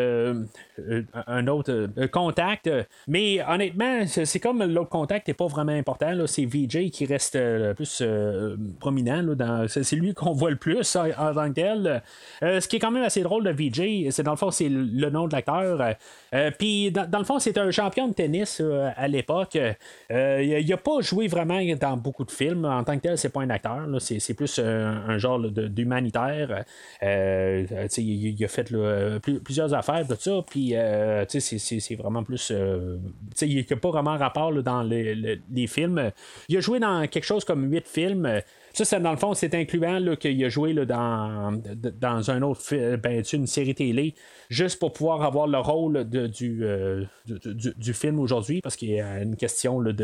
C: contact, mais honnêtement, c'est comme l'autre contact n'est pas vraiment important. Là. C'est VJ qui reste le plus prominent. Là, c'est lui qu'on voit le plus en tant que tel. Ce qui est quand même assez drôle de VJ, c'est dans le fond, c'est le nom de l'acteur. Puis dans le fond, c'est un champion de tennis à l'époque. Il n'a pas joué vraiment dans beaucoup de films. En tant que tel, c'est pas un acteur. Là. C'est plus un genre d'humanitaire. Il a fait plusieurs affaires de ça. Puis c'est vraiment plus. Il n'a pas vraiment rapport là, dans les films. Il a joué dans quelque chose comme 8 films. Ça, dans le fond, c'est incluant là, qu'il a joué là, dans un autre une série télé, juste pour pouvoir avoir le rôle du film aujourd'hui, parce qu'il y a une question là,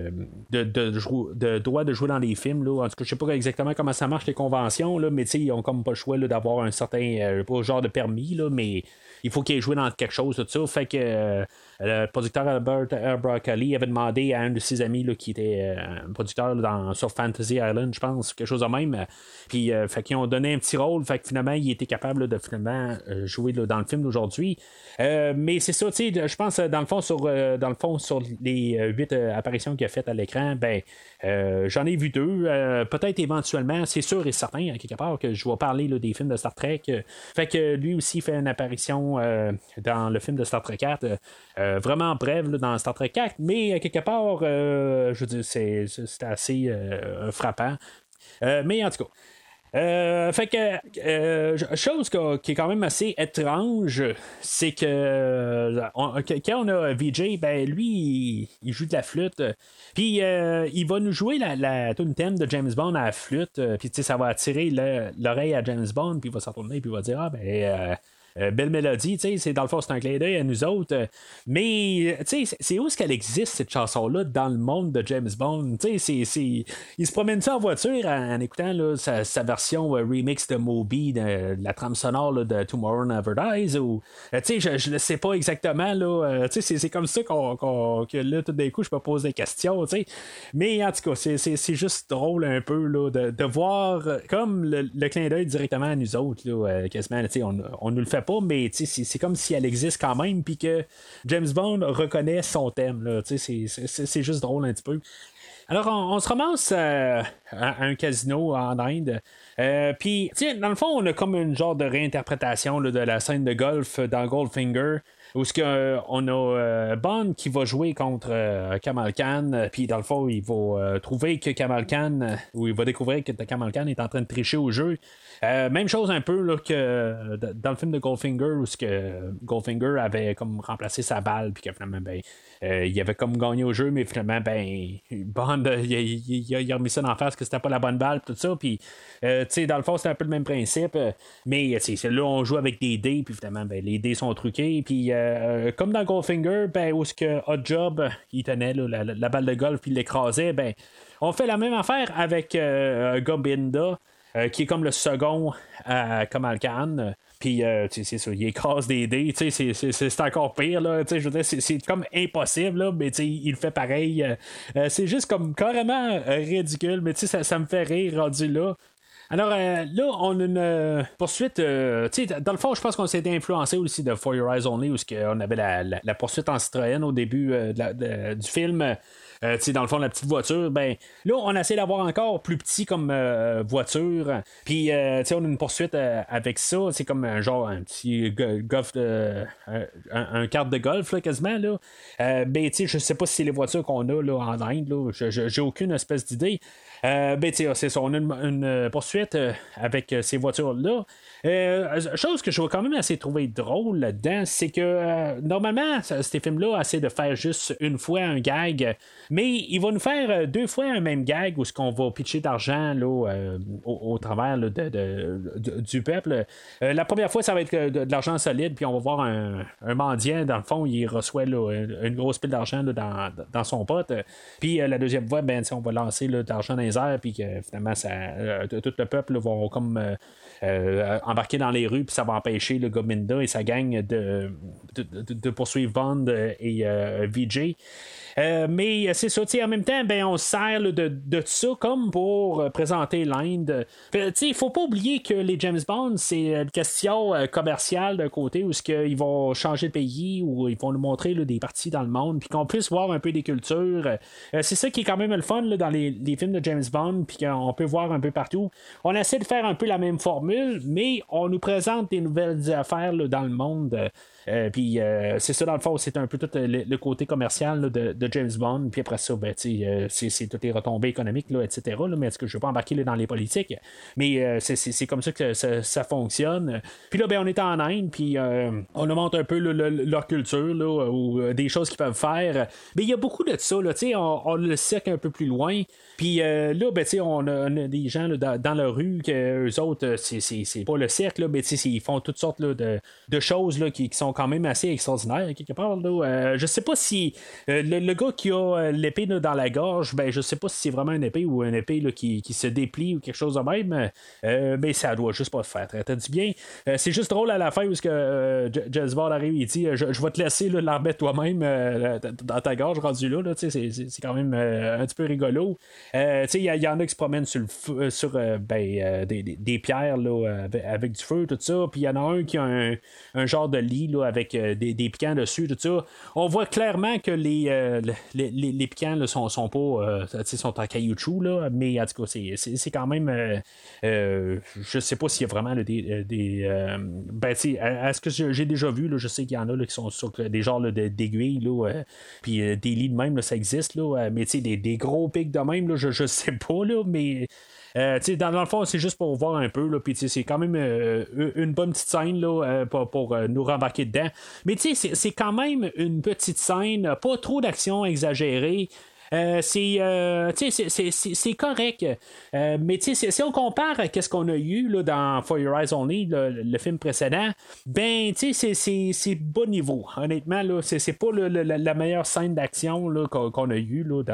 C: de droit de jouer dans les films. Là. En tout cas, je sais pas exactement comment ça marche, les conventions, là, mais ils ont comme pas le choix là, d'avoir un certain genre de permis, là, mais il faut qu'il ait joué dans quelque chose de ça. Fait que le producteur Albert Broccoli avait demandé à un de ses amis là, qui était un producteur là, sur Fantasy Island, je pense, quelque chose de même. Puis fait qu'ils ont donné un petit rôle, fait que finalement il était capable là, de finalement jouer là, dans le film d'aujourd'hui. Mais c'est ça, tu sais, je pense dans le fond sur les 8 apparitions qu'il a faites à l'écran, j'en ai vu 2. Peut-être éventuellement, c'est sûr et certain, à quelque part, que je vais parler là, des films de Star Trek. Fait que lui aussi fait une apparition dans le film de Star Trek 4. Vraiment brève là, dans Star Trek 4, mais à quelque part, je veux dire, c'est assez frappant. Mais en tout cas. Fait que chose qui est quand même assez étrange, c'est que quand on a VJ, lui il joue de la flûte, puis il va nous jouer la tune thème de James Bond à la flûte, puis ça va attirer l'oreille à James Bond, puis il va s'en retourner, puis il va dire belle mélodie, c'est dans le fond c'est un clin d'œil à nous autres, mais c'est où est-ce qu'elle existe cette chanson-là dans le monde de James Bond? Il se promène ça en voiture en écoutant là, sa version remix de Moby de la trame sonore là, de Tomorrow Never Dies, ou je ne sais pas exactement là, c'est comme ça que là tout d'un coup je peux poser des questions, mais en tout cas c'est juste drôle un peu là, de voir comme le clin d'œil directement à nous autres là, quasiment, on nous le fait pas, mais c'est comme si elle existe quand même, puis que James Bond reconnaît son thème. Là, c'est juste drôle un petit peu. Alors, on se ramasse à un casino en Inde. Puis, dans le fond, on a comme une genre de réinterprétation là, de la scène de golf dans Goldfinger, où on a Bond qui va jouer contre Kamal Khan, puis dans le fond, il va trouver que Kamal Khan, ou il va découvrir que Kamal Khan est en train de tricher au jeu. Même chose un peu là, que dans le film de Goldfinger, où Goldfinger avait comme remplacé sa balle, puis que finalement, il avait comme gagné au jeu, mais finalement, Bond, il a remis ça dans la face que c'était pas la bonne balle, tout ça, puis dans le fond, c'est un peu le même principe, mais là, on joue avec des dés, puis finalement, les dés sont truqués, puis comme dans Goldfinger, où est-ce que Hot Job, il tenait là, la balle de golf, puis il l'écrasait, on fait la même affaire avec Gobinda, qui est comme le second à Kamal Khan. Puis, c'est ça, il écrase des dés, c'est encore pire, là, je veux dire, c'est comme impossible, là, mais il le fait pareil. C'est juste comme carrément ridicule, mais ça me fait rire rendu là. Alors là, on a une poursuite. Dans le fond, je pense qu'on s'était influencé aussi de For Your Eyes Only, où on avait la poursuite en Citroën au début du film. Dans le fond, la petite voiture, là, on essaie d'avoir encore plus petit comme voiture. Puis, on a une poursuite avec ça. C'est comme un petit golf, un kart de golf, là, quasiment. Là. Je sais pas si c'est les voitures qu'on a là, en Inde. Là. J'ai aucune espèce d'idée. C'est ça, on a une poursuite avec ces voitures-là. Chose que je vais quand même assez trouver drôle là-dedans, c'est que normalement, ces films-là essaient de faire juste une fois un gag, mais ils vont nous faire 2 fois un même gag où ce qu'on va pitcher d'argent là, au travers là, du peuple. La première fois, ça va être de l'argent solide, puis on va voir un mendiant, dans le fond, il reçoit là, une grosse pile d'argent là, dans son pote. Puis la deuxième fois, on va lancer là, de l'argent dans les airs, puis que finalement, tout le peuple là, va comme embarquer dans les rues, puis ça va empêcher le Govinda et sa gang de de poursuivre Bond et Vijay. Mais c'est ça, en même temps, ben, on se sert là, de ça comme pour présenter l'Inde. Il faut pas oublier que les James Bond, c'est une question commerciale d'un côté où ils vont changer de pays, ou ils vont nous montrer là, des parties dans le monde, puis qu'on puisse voir un peu des cultures. C'est ça qui est quand même le fun là, dans les films de James Bond, puis qu'on peut voir un peu partout. On essaie de faire un peu la même formule, mais on nous présente des nouvelles affaires là, dans le monde. Puis c'est ça dans le fond, c'est un peu tout le côté commercial là, de James Bond. Puis après ça, ben, c'est toutes les retombées économiques, là, etc. Là, mais est-ce que je ne vais pas embarquer là, dans les politiques? Mais c'est comme ça que ça fonctionne. Puis là, ben, on est en Inde, puis on nous montre un peu là, leur culture là, ou des choses qu'ils peuvent faire. Mais il y a beaucoup de ça. Là, on le sait un peu plus loin. Puis là, ben, on a des gens là, dans la rue que eux autres, c'est pas le cercle, là, mais ils font toutes sortes là, de choses là, qui sont quand même assez extraordinaires quelque part. Là. Je sais pas si le gars qui a l'épée là, dans la gorge, ben je sais pas si c'est vraiment une épée ou une épée là, qui se déplie ou quelque chose de même. Mais ça doit juste pas te faire très du bien. C'est juste drôle à la fin où James Bond arrive, il dit je vais te laisser là, l'armette toi-même dans ta gorge rendu là. C'est quand même un petit peu rigolo. Il y en a qui se promènent sur des pierres là, avec du feu, tout ça. Puis il y en a un qui a un genre de lit là, avec des piquants dessus, tout ça. On voit clairement que les piquants là, sont pas sont en caoutchouc, là, mais en tout cas, c'est quand même je sais pas s'il y a vraiment là, à ce que j'ai déjà vu, là, je sais qu'il y en a là, qui sont sur des genres là, d'aiguilles, puis des lits de même, là, ça existe, là, mais des gros pics de même, là, je sais pas, là, mais dans le fond, c'est juste pour voir un peu, puis c'est quand même une bonne petite scène là, pour nous rembarquer dedans. Mais c'est quand même une petite scène, pas trop d'action exagérée. C'est correct. Mais si on compare à ce qu'on a eu là, dans For Your Eyes Only, le film précédent, ben c'est bas niveau. Honnêtement, là, c'est pas la meilleure scène d'action là, qu'on a eu là,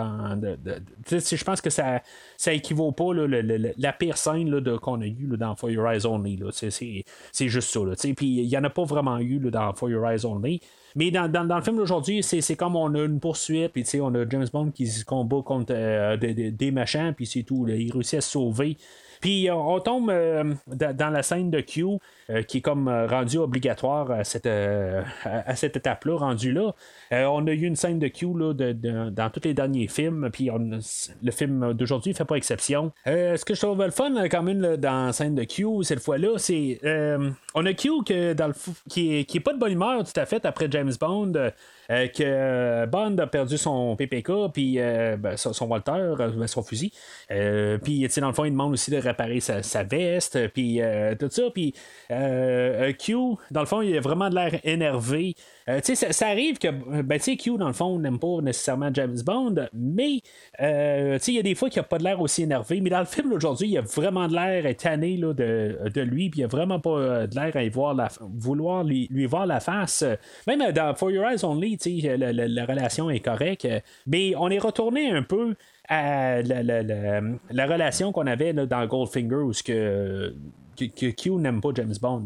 C: je pense que ça équivaut pas là, la pire scène là, qu'on a eu là, dans For Your Eyes Only. Là. C'est juste ça. Puis il n'y en a pas vraiment eu là, dans For Your Eyes Only. Mais dans le film d'aujourd'hui, c'est comme on a une poursuite, puis on a James Bond qui se combat contre des machins, puis c'est tout. Là, il réussit à se sauver. Puis on tombe dans la scène de Q qui est comme rendu obligatoire à cette étape-là, rendu là. On a eu une scène de Q là, dans tous les derniers films, puis le film d'aujourd'hui ne fait pas exception. Ce que je trouve le fun quand même là, dans la scène de Q cette fois-là, c'est on a Q qui est pas de bonne humeur tout à fait après James Bond. Que Bond a perdu son PPK, puis son Walter, son fusil. Puis, dans le fond, il demande aussi de réparer sa veste, puis tout ça. Puis, Q, dans le fond, il a vraiment de l'air énervé. Ça arrive que Q, dans le fond, n'aime pas nécessairement James Bond, mais il y a des fois qu'il n'a pas de l'air aussi énervé. Mais dans le film aujourd'hui, il a vraiment de l'air tanné là, de lui, puis il n'a vraiment pas de l'air à vouloir lui voir la face. Même dans For Your Eyes Only, la relation est correcte, mais on est retourné un peu à la relation qu'on avait là, dans Goldfinger où que Q n'aime pas James Bond.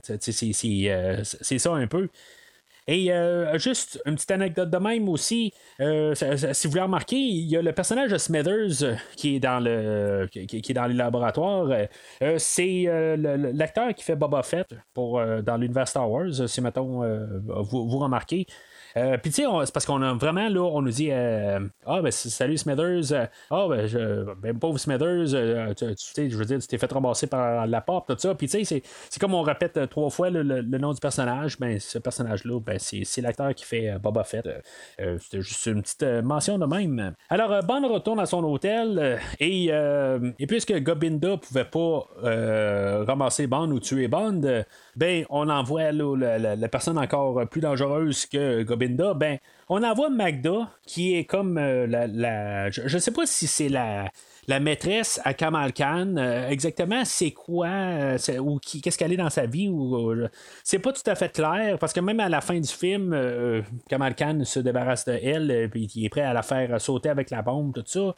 C: C'est ça un peu. Et juste une petite anecdote de même aussi, si vous voulez remarquer, il y a le personnage de Smithers qui est dans qui est dans les laboratoires. C'est l'acteur qui fait Boba Fett dans l'univers Star Wars, si mettons vous remarquez. Puis tu sais, c'est parce qu'on a vraiment là, on nous dit salut Smithers, pauvre Smithers, tu sais, je veux dire, tu t'es fait ramasser par la porte, tout ça. Puis tu sais, c'est comme on répète 3 fois le nom du personnage, ben ce personnage-là, ben c'est l'acteur qui fait Boba Fett. C'était juste une petite mention de même. Alors Bond retourne à son hôtel et puisque Gobinda pouvait pas ramasser Bond ou tuer Bond, ben on envoie là, la personne encore plus dangereuse que Gobinda. Ben, on envoie Magda qui est comme je sais pas si c'est la maîtresse à Kamal Khan. Exactement c'est quoi ou qu'est-ce qu'elle est dans sa vie ou c'est pas tout à fait clair parce que même à la fin du film Kamal Khan se débarrasse de elle puis il est prêt à la faire sauter avec la bombe tout ça.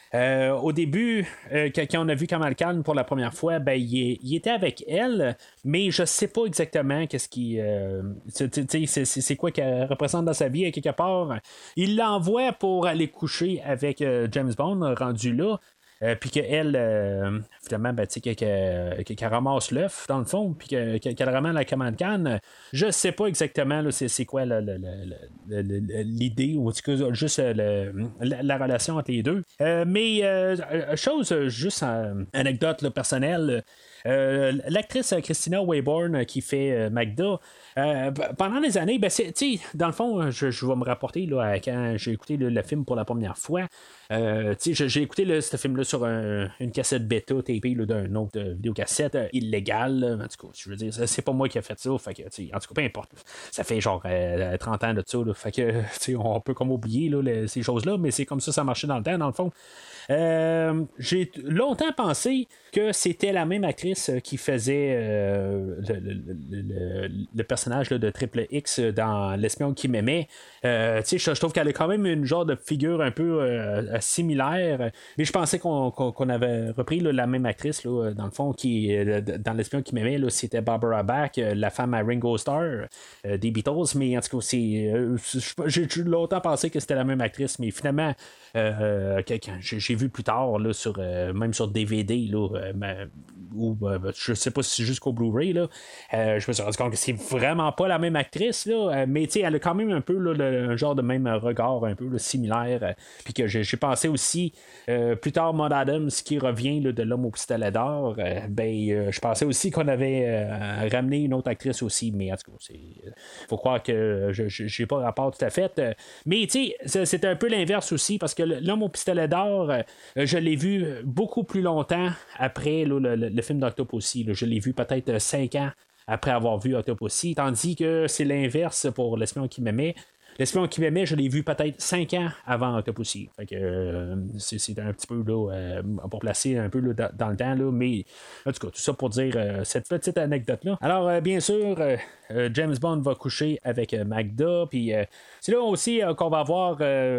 C: Au début, quand on a vu Kamal Khan pour la première fois, ben, il était avec elle, mais je sais pas exactement qu'est-ce qui. C'est quoi qu'elle représente dans sa vie, à quelque part. Il l'envoie pour aller coucher avec James Bond, rendu là. Puis qu'elle, finalement, ben, qu'elle ramasse l'œuf, dans le fond, puis qu'elle ramène la Kamal Khan. Je sais pas exactement là, c'est quoi l'idée, ou en tout cas, juste la relation entre les deux. Mais, chose, juste anecdote là, personnelle. L'actrice Christina Wayborn qui fait Magda, pendant des années, ben, dans le fond, je vais me rapporter là, quand j'ai écouté le film pour la première fois. J'ai écouté ce film-là sur une cassette bêta tapée d'un autre vidéocassette illégale. En tout cas, je veux dire, c'est pas moi qui ai fait ça. Fait que, en tout cas, peu importe. Ça fait genre 30 ans de ça. Là, fait que on peut comme oublier là, ces choses-là, mais c'est comme ça marchait dans le temps, dans le fond. J'ai longtemps pensé que c'était la même actrice qui faisait le personnage là, de Triple X dans L'espion qui m'aimait. Je trouve qu'elle a quand même une genre de figure un peu similaire, mais je pensais qu'on avait repris là, la même actrice là, dans le fond qui dans L'espion qui m'aimait, là, c'était Barbara Bach, la femme à Ringo Starr des Beatles, mais en tout cas j'ai longtemps pensé que c'était la même actrice, mais finalement quand j'ai vu plus tard là, même sur DVD là, ou je sais pas si c'est jusqu'au Blu-ray là, je me suis rendu compte que c'est vraiment pas la même actrice là, mais elle a quand même un peu là, un genre de même regard un peu là, similaire, puis que j'ai pensé aussi plus tard Maud Adams qui revient là, de L'homme au pistolet d'or, je pensais aussi qu'on avait ramené une autre actrice aussi, mais en tout cas faut croire que j'ai pas rapport tout à fait, mais c'était un peu l'inverse aussi, parce que L'homme au pistolet d'or, je l'ai vu beaucoup plus longtemps après là, le film d'Octopussy. Je l'ai vu peut-être 5 ans après avoir vu Octopussy, tandis que c'est l'inverse pour L'espion qui m'aimait. L'espion qui m'aimait, je l'ai vu peut-être 5 ans avant Octopussy. Fait que c'est un petit peu là, pour placer un peu là, dans le temps, là, mais en tout cas, tout ça pour dire cette petite anecdote-là. Alors, bien sûr, James Bond va coucher avec Magda, puis c'est là aussi qu'on va voir,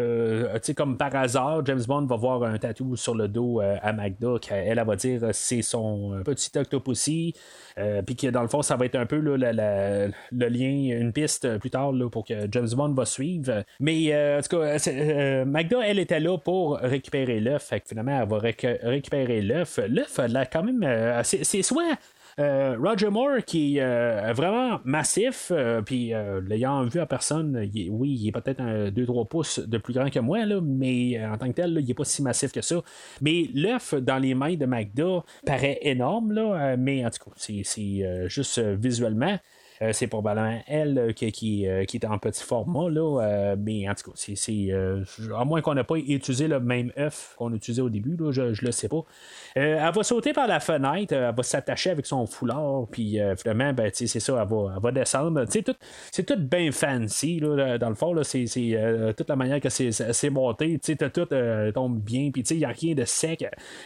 C: comme par hasard, James Bond va voir un tatou sur le dos à Magda, qu'elle va dire c'est son petit Octopussy, puis que dans le fond, ça va être un peu là, le lien, une piste plus tard là, pour que James Bond va suivre. Mais en tout cas, Magda, elle était là pour récupérer l'œuf. Fait que finalement, elle va récupérer l'œuf. L'œuf, là, quand même, c'est soit Roger Moore qui est vraiment massif, puis l'ayant vu à personne, il est peut-être 2-3 pouces de plus grand que moi, là, mais en tant que tel, là, il n'est pas si massif que ça. Mais l'œuf dans les mains de Magda paraît énorme, là, mais en tout cas, c'est juste visuellement. C'est probablement elle qui est en petit format, là, mais en tout cas, c'est à moins qu'on n'ait pas utilisé le même œuf qu'on utilisait au début, là, je le sais pas. Elle va sauter par la fenêtre, elle va s'attacher avec son foulard, puis finalement, c'est ça, elle va descendre. C'est tout bien fancy, là, dans le fond, là, c'est toute la manière que c'est monté, tout tombe bien, puis il n'y a rien de sec.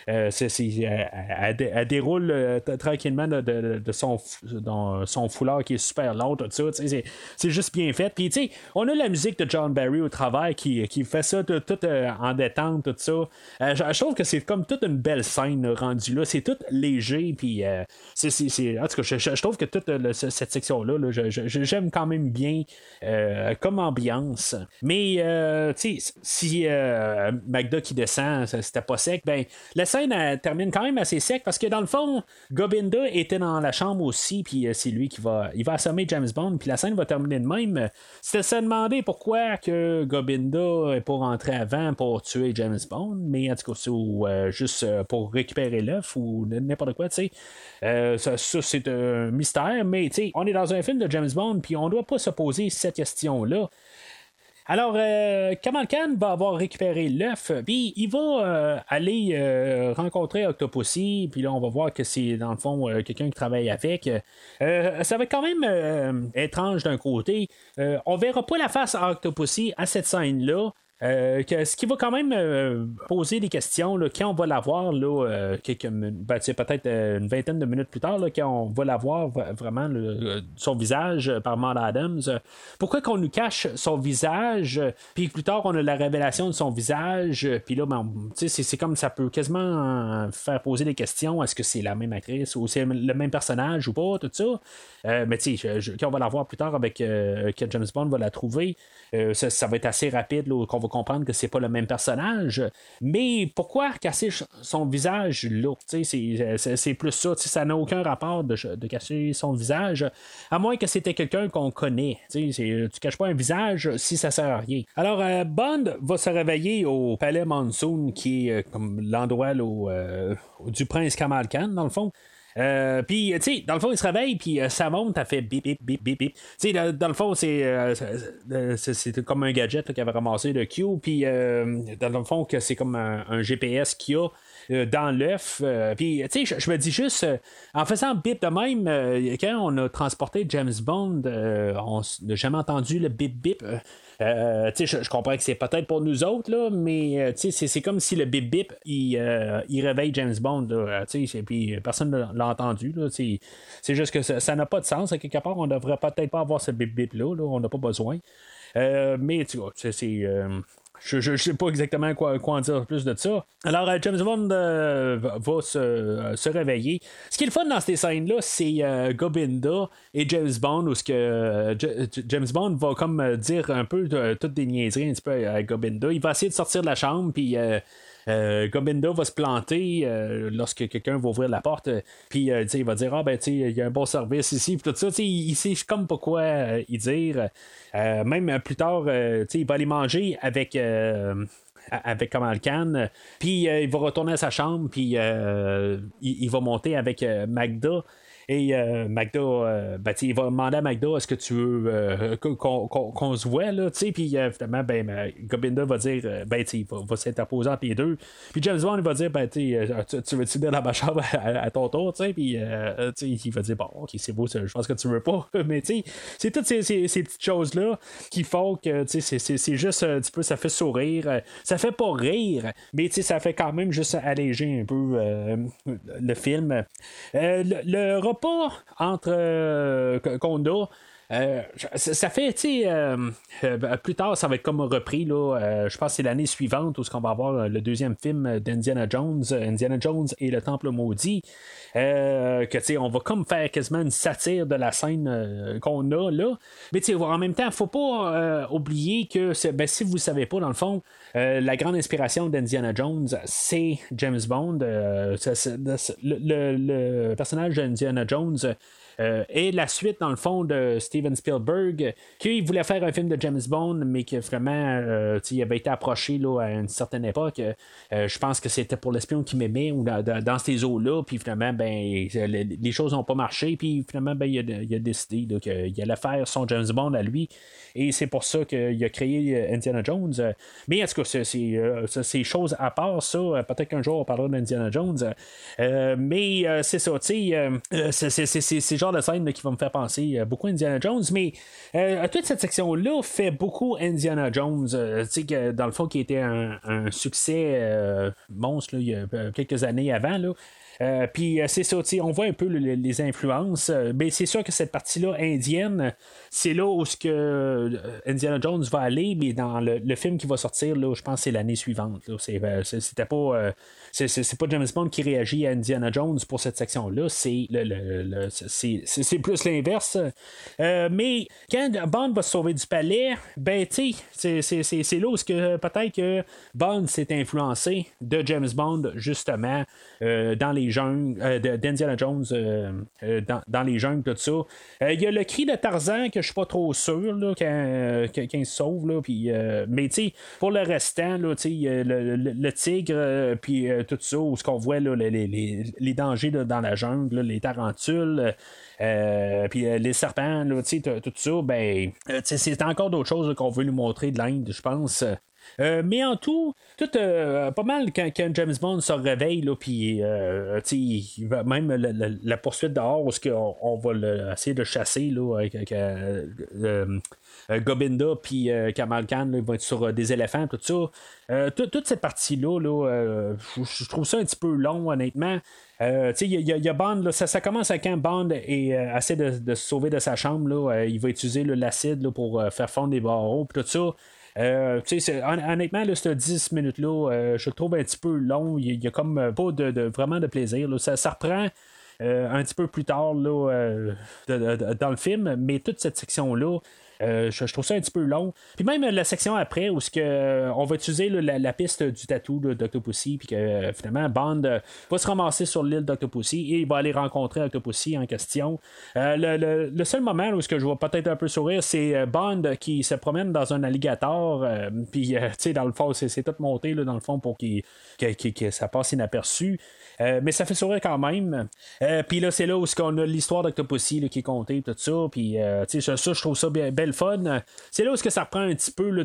C: Elle déroule tranquillement de son foulard qui est super long, tout ça, c'est juste bien fait. Puis on a la musique de John Barry au travers qui fait ça tout en détente, tout ça. Je trouve que c'est comme toute une belle scène rendue là, c'est tout léger, puis en tout cas, je trouve que toute cette section-là, j'aime quand même bien comme ambiance. Mais si Magda qui descend, c'était pas sec, la scène elle termine quand même assez sec, parce que dans le fond, Gobinda était dans la chambre aussi, puis c'est lui qui va assommer James Bond, puis la scène va terminer de même. C'était se demander pourquoi que Gobinda est pas rentré avant pour tuer James Bond, mais en tout cas, ou juste pour récupérer l'œuf ou n'importe quoi, ça c'est un mystère, mais on est dans un film de James Bond, puis on doit pas se poser cette question-là. Alors, Kamal Khan va avoir récupéré l'œuf, puis il va aller rencontrer Octopussy, puis là, on va voir que c'est, dans le fond, quelqu'un qui travaille avec. Ça va être quand même étrange d'un côté. On verra pas la face à Octopussy à cette scène-là, Ce qui va quand même poser des questions là, quand on va la voir là, peut-être une vingtaine de minutes plus tard, là, quand on va la voir vraiment son visage par Maud Adams. Pourquoi qu'on nous cache son visage, puis plus tard on a la révélation de son visage, puis là c'est comme ça peut quasiment faire poser des questions. Est-ce que c'est la même actrice ou c'est le même personnage ou pas, tout ça. Mais quand on va la voir plus tard avec que James Bond va la trouver, ça va être assez rapide là, qu'on va comprendre que c'est pas le même personnage. Mais pourquoi casser son visage là? C'est plus ça. Ça n'a aucun rapport de cacher son visage, à moins que c'était quelqu'un qu'on connaît. Tu caches pas un visage si ça sert à rien. Alors, Bond va se réveiller au Palais Monsoon, qui est comme l'endroit là, du prince Kamal Khan, dans le fond. Puis, tu sais, dans le fond, il se réveille, puis sa montre, elle fait bip, bip, bip, bip, bip. Tu sais, dans le fond, c'est comme un gadget qu'il avait ramassé de Q, puis dans le fond, que c'est comme un GPS qu'il y a dans l'œuf. Puis, tu sais, je me dis juste, en faisant bip de même, quand on a transporté James Bond, on n'a jamais entendu le bip bip. Je comprends que c'est peut-être pour nous autres, là, mais c'est comme si le bip bip il réveille James Bond, puis personne ne l'a entendu. Là, c'est juste que ça n'a pas de sens. À quelque part, on devrait peut-être pas avoir ce bip bip là, on n'a pas besoin. Mais tu vois, je sais pas exactement quoi en dire plus de ça. Alors, James Bond va se réveiller. Ce qui est le fun dans ces scènes-là, c'est Gobinda et James Bond, où James Bond va comme dire un peu toutes des niaiseries un petit peu à Gobinda. Il va essayer de sortir de la chambre, puis Gobinda va se planter lorsque quelqu'un va ouvrir la porte, puis il va dire il y a un bon service ici, puis tout ça, il sait comme pas quoi y dire. Même plus tard, il va aller manger avec Kamal Khan, puis il va retourner à sa chambre, puis il va monter avec Magda. Et Magda, il va demander à Magda, est-ce que tu veux qu'on se voit, là, puis finalement, Gobinda va dire, il va s'interposer entre les deux. Puis James Bond, il va dire, tu veux-tu venir dans ma chambre à ton tour, puis il va dire, bon, ok, c'est beau, je pense que tu veux pas. Mais c'est toutes ces petites choses-là qui font que, c'est juste un petit peu, ça fait sourire. Ça fait pas rire, mais ça fait quand même juste alléger un peu le film. Le repas entre qu'on a, ça fait, plus tard, ça va être comme repris, là, je pense que c'est l'année suivante où on va avoir le deuxième film d'Indiana Jones, Indiana Jones et le Temple Maudit, que, on va comme faire quasiment une satire de la scène qu'on a là, mais en même temps, faut pas oublier que, si vous ne savez pas, dans le fond, la grande inspiration d'Indiana Jones, c'est James Bond. Le personnage d'Indiana Jones et la suite, dans le fond, de Steven Spielberg, qu'il voulait faire un film de James Bond, mais que vraiment, il avait été approché là, à une certaine époque. Je pense que c'était pour l'espion qui m'aimait, ou dans ces eaux-là, puis finalement, les choses n'ont pas marché, puis finalement, il a décidé là, qu'il allait faire son James Bond à lui, et c'est pour ça qu'il a créé Indiana Jones. Mais en tout cas, c'est choses à part, ça. Peut-être qu'un jour, on parlera d'Indiana Jones. Mais c'est ça, c'est genre de scène là, qui va me faire penser beaucoup à Indiana Jones, mais toute cette section-là fait beaucoup Indiana Jones, que, dans le fond, qui était un succès monstre là, il y a quelques années avant, là. Puis c'est ça, on voit un peu les influences, mais c'est sûr que cette partie-là indienne, c'est là où Indiana Jones va aller, mais dans le film qui va sortir, là, je pense que c'est l'année suivante. Là. C'était pas c'est pas James Bond qui réagit à Indiana Jones pour cette section-là, c'est plus l'inverse. Mais quand Bond va se sauver du palais, c'est là où peut-être que Bond s'est influencé de James Bond, justement, dans les jungles, d'Indiana Jones, dans les jungles, tout ça. Il y a le cri de Tarzan que je suis pas trop sûr là, quand il se sauve, là, puis, mais pour le restant, là, le tigre, puis tout ça, où ce qu'on voit là, les dangers là, dans la jungle, là, les tarentules, puis les serpents, là, tout ça, c'est encore d'autres choses là, qu'on veut nous montrer de l'Inde, je pense. Mais en tout pas mal quand James Bond se réveille, puis même la poursuite dehors, où on va essayer de chasser là, avec Gobinda puis Kamal Khan, là, ils vont être sur des éléphants, tout ça. Toute cette partie-là, je trouve ça un petit peu long, honnêtement. Il y a Bond, là, ça commence à quand Bond essaie de se sauver de sa chambre. Là, il va utiliser l'acide là, pour faire fondre des barreaux, puis tout ça. Honnêtement, là, ce 10 minutes-là, je le trouve un petit peu long. Il y a comme pas vraiment de plaisir. Là. Ça reprend un petit peu plus tard là, dans le film, mais toute cette section-là, je trouve ça un petit peu long. Puis même la section après où on va utiliser là, la piste du tatou d'Octopussy, puis que finalement Bond va se ramasser sur l'île d'Octopussy et il va aller rencontrer Octopussy en question. Le seul moment où je vois peut-être un peu sourire, c'est Bond qui se promène dans un alligator, puis dans le fond, c'est tout monté là, dans le fond pour que ça passe inaperçu. Mais ça fait sourire quand même. Puis là, c'est là où on a l'histoire d'Octopussy là, qui est contée, tout ça. Puis ça, je trouve ça bien le fun. C'est là où ça reprend un petit peu là,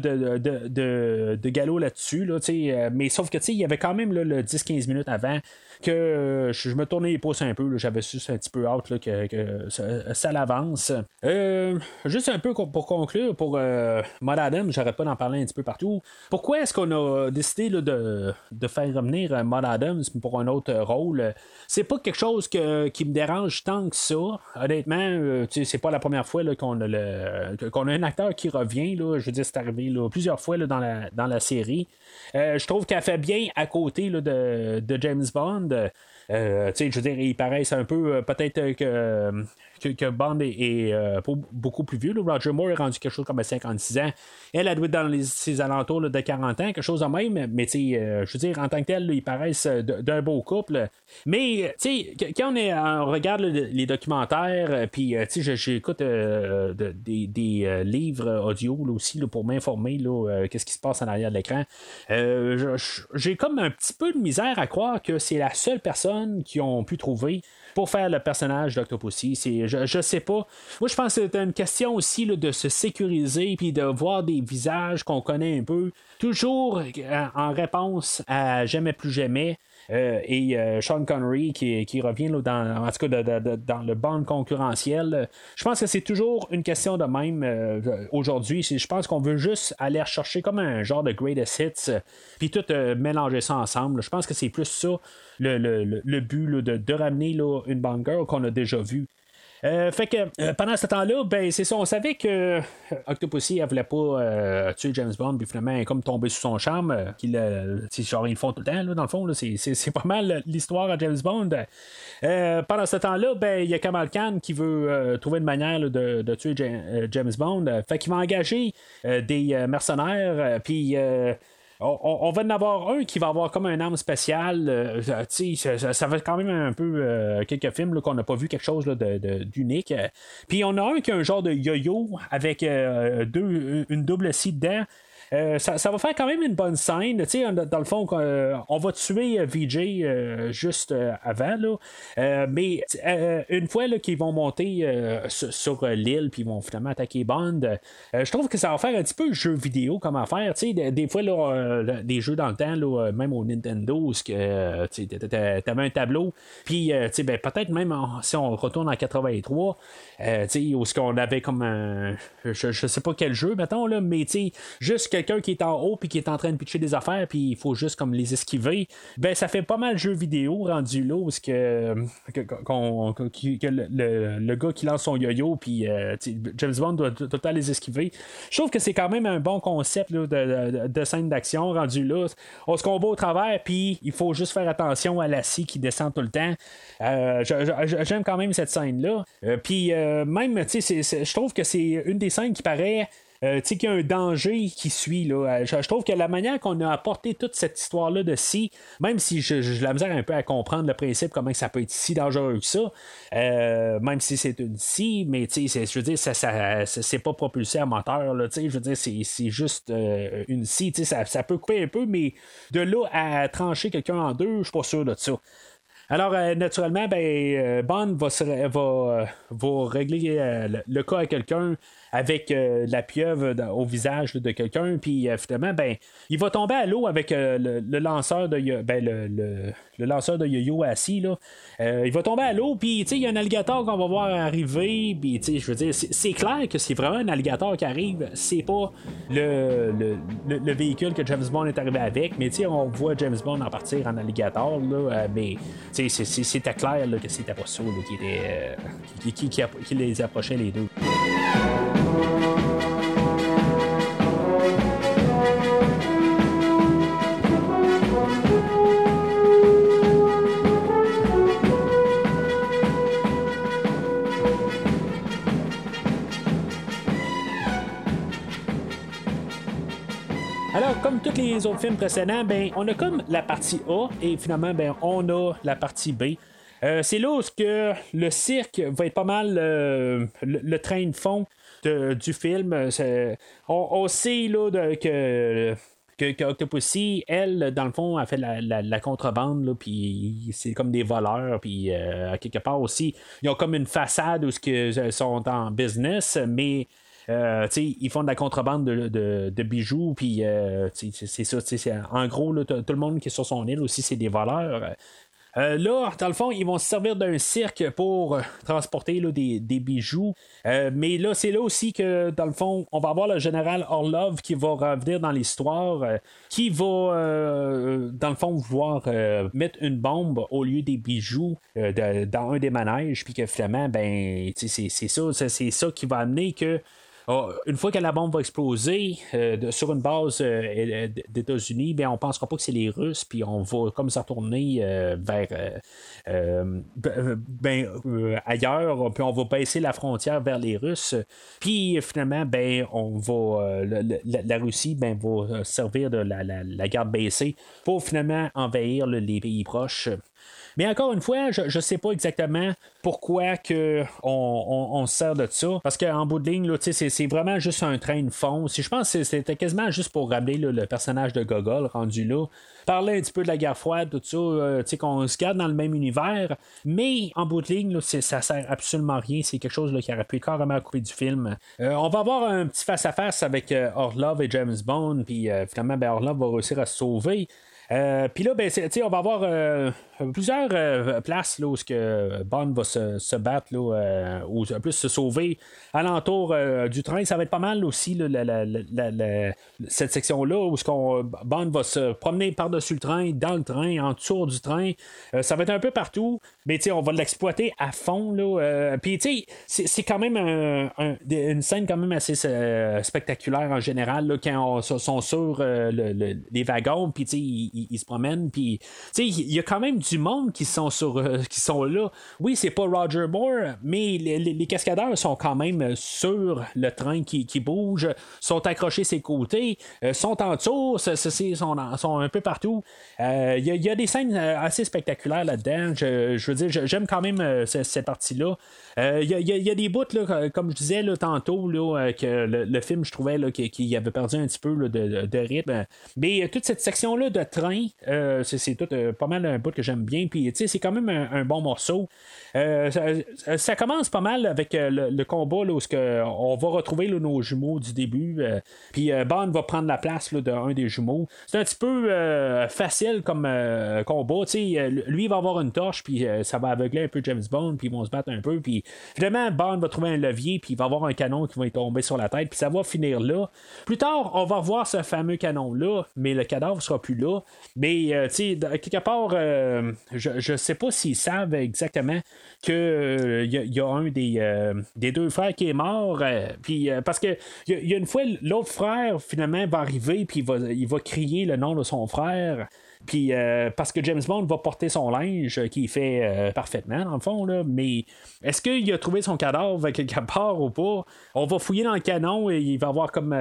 C: de galop là-dessus. Là, mais sauf que il y avait quand même là, le 10-15 minutes avant que je me tournais les pouces un peu. Là, j'avais juste un petit peu hâte là, que ça l'avance. Juste un peu pour conclure, pour Maud Adams, j'arrête pas d'en parler un petit peu partout. Pourquoi est-ce qu'on a décidé là, de faire revenir Maud Adams pour un autre rôle? C'est pas quelque chose qui me dérange tant que ça. Honnêtement, c'est pas la première fois là, qu'on a un acteur qui revient. Là, je veux dire, c'est arrivé là, plusieurs fois là, dans la série. Je trouve qu'elle fait bien à côté là, de James Bond. Je veux dire, il paraissent un peu peut-être que Bond est beaucoup plus vieux. Là. Roger Moore est rendu quelque chose comme 56 ans. Elle doit être dans ses alentours là, de 40 ans, quelque chose de même. Mais je veux dire, en tant que tel, là, ils paraissent d'un beau couple. Mais quand on regarde les documentaires, puis j'écoute des livres audio là, aussi là, pour m'informer qu'est-ce qui se passe en arrière de l'écran. J'ai comme un petit peu de misère à croire que c'est la seule personne qu'ils ont pu trouver pour faire le personnage d'Octopussy. Je sais pas. Moi, je pense que c'est une question aussi là, de se sécuriser puis de voir des visages qu'on connaît un peu. Toujours en réponse à Jamais plus jamais. Et Sean Connery qui revient là, en tout cas dans le Bond concurrentiel. Je pense que c'est toujours une question de même aujourd'hui. Je pense qu'on veut juste aller rechercher comme un genre de greatest hits puis tout mélanger ça ensemble. Je pense que c'est plus ça le but là, de ramener là, une Bond girl qu'on a déjà vue. Fait que pendant ce temps-là, ben c'est ça, on savait que Octopussy elle voulait pas tuer James Bond, puis finalement elle est comme tombée sous son charme, genre ils le font tout le temps là, dans le fond là, c'est pas mal l'histoire à James Bond. Pendant ce temps-là, ben il y a Kamal Khan qui veut trouver une manière là, de tuer James Bond, fait qu'il va engager des mercenaires, puis on va en avoir un qui va avoir comme un arme spéciale. Ça va quand même un peu quelques films là, qu'on n'a pas vu quelque chose là, d'unique. Puis on a un qui a un genre de yo-yo avec une double scie dedans. Ça va faire quand même une bonne scène. Dans le fond, on va tuer VJ juste avant. Là. Mais une fois là, qu'ils vont monter sur l'île puis ils vont finalement attaquer Bond, je trouve que ça va faire un petit peu jeu vidéo comme affaire. Des fois, là, des jeux dans le temps, là, même au Nintendo, où t'avais un tableau. Puis ben, peut-être même si on retourne en 83, où on avait comme un. Je sais pas quel jeu, mettons, là, mais juste quelqu'un qui est en haut puis qui est en train de pitcher des affaires puis il faut juste comme les esquiver, ben ça fait pas mal jeu vidéo rendu là où le gars qui lance son yo-yo puis James Bond doit tout le temps les esquiver. Je trouve que c'est quand même un bon concept là, de scène d'action rendu là. On se combat au travers puis il faut juste faire attention à la scie qui descend tout le temps. J'aime quand même cette scène là. Puis même je trouve que c'est une des scènes qui paraît qu'il y a un danger qui suit. Là. Je trouve que la manière qu'on a apporté toute cette histoire-là de scie, même si j'ai la misère un peu à comprendre le principe, comment ça peut être si dangereux que ça, même si c'est une scie, mais je veux dire, c'est pas propulsé à moteur. Là, je veux dire, c'est juste une scie. Ça peut couper un peu, mais de là à trancher quelqu'un en deux, je suis pas sûr de ça. Alors, naturellement, ben, Bond va régler le cas à quelqu'un avec la pieuvre au visage là, de quelqu'un, puis finalement, ben, il va tomber à l'eau avec le lanceur de le lanceur de yo-yo assis. Là. Il va tomber à l'eau, puis il y a un alligator qu'on va voir arriver, puis je veux dire, c'est clair que c'est vraiment un alligator qui arrive, c'est pas le véhicule que James Bond est arrivé avec, mais on voit James Bond en partir en alligator, là, mais c'était clair là, que c'était pas ça là, qui les approchait les deux. Alors, comme tous les autres films précédents, ben, on a comme la partie A et finalement, ben, on a la partie B. C'est là où le cirque va être pas mal le train de fond du film. On sait là, que Octopussy, elle, dans le fond, a fait la contrebande, puis c'est comme des voleurs, puis quelque part aussi, ils ont comme une façade où ils sont en business, mais ils font de la contrebande de bijoux, puis c'est ça. En gros, là, tout le monde qui est sur son île aussi, c'est des voleurs. Là, dans le fond, ils vont se servir d'un cirque pour transporter là, des bijoux. Mais là, c'est là aussi que, dans le fond, on va avoir le général Orlov qui va revenir dans l'histoire, qui va, dans le fond, vouloir mettre une bombe au lieu des bijoux dans un des manèges, puis que finalement, ben, c'est ça qui va amener que. Une fois que la bombe va exploser sur une base d'États-Unis, ben, on ne pensera pas que c'est les Russes, puis on va comme ça retourner vers ailleurs, puis on va baisser la frontière vers les Russes, puis finalement, ben, on va la Russie ben, va servir de la garde baissée pour finalement envahir les pays proches. Mais encore une fois, je ne sais pas exactement pourquoi on se sert de ça. Parce qu'en bout de ligne, là, c'est vraiment juste un train de fond. Je pense que c'était quasiment juste pour ramener là, le personnage de Gogol rendu là. Parler un petit peu de la guerre froide, tout ça, qu'on se garde dans le même univers. Mais en bout de ligne, là, ça sert absolument à rien. C'est quelque chose là, qui aurait pu carrément couper du film. On va avoir un petit face-à-face avec Orlov et James Bond. Puis finalement, ben, Orlov va réussir à se sauver. Puis là, ben, on va avoir plusieurs places là, où Bond va se battre là, ou plus se sauver alentour du train. Ça va être pas mal aussi là, cette section-là où Bond va se promener par-dessus le train, dans le train, en dessous du train. Ça va être un peu partout, mais on va l'exploiter à fond. Puis c'est quand même une scène quand même assez spectaculaire en général là, quand on sont sur les wagons, puis ils se promènent, puis il y a quand même du monde qui sont là. Oui, c'est pas Roger Moore, mais les cascadeurs sont quand même sur le train qui bouge, sont accrochés ses côtés, sont en dessous, sont un peu partout. Il y a des scènes assez spectaculaires là-dedans. Je veux dire, j'aime quand même cette partie-là. Il y a des bouts, là, comme je disais là, tantôt, là, que le film, je trouvais là, qu'il avait perdu un petit peu là, de rythme. Mais toute cette section-là de train, c'est tout pas mal un bout que j'aime bien. Puis c'est quand même un bon morceau. Ça commence pas mal avec le combat là, où on va retrouver là, nos jumeaux du début. Puis Bond va prendre la place là, d'un des jumeaux. C'est un petit peu facile comme combat. Lui, il va avoir une torche, puis ça va aveugler un peu James Bond, puis ils vont se battre un peu. Puis finalement, Bond va trouver un levier, puis il va avoir un canon qui va lui tomber sur la tête, puis ça va finir là. Plus tard, on va voir ce fameux canon-là, mais le cadavre sera plus là. Mais, quelque part, je sais pas s'ils savent exactement qu'il y a un des deux frères qui est mort. Puis parce que il y a une fois, l'autre frère, finalement, va arriver, puis il va crier le nom de son frère. Puis parce que James Bond va porter son linge qu'il fait parfaitement dans le fond là, mais est-ce qu'il a trouvé son cadavre quelque part ou pas? On va fouiller dans le canon et il va avoir comme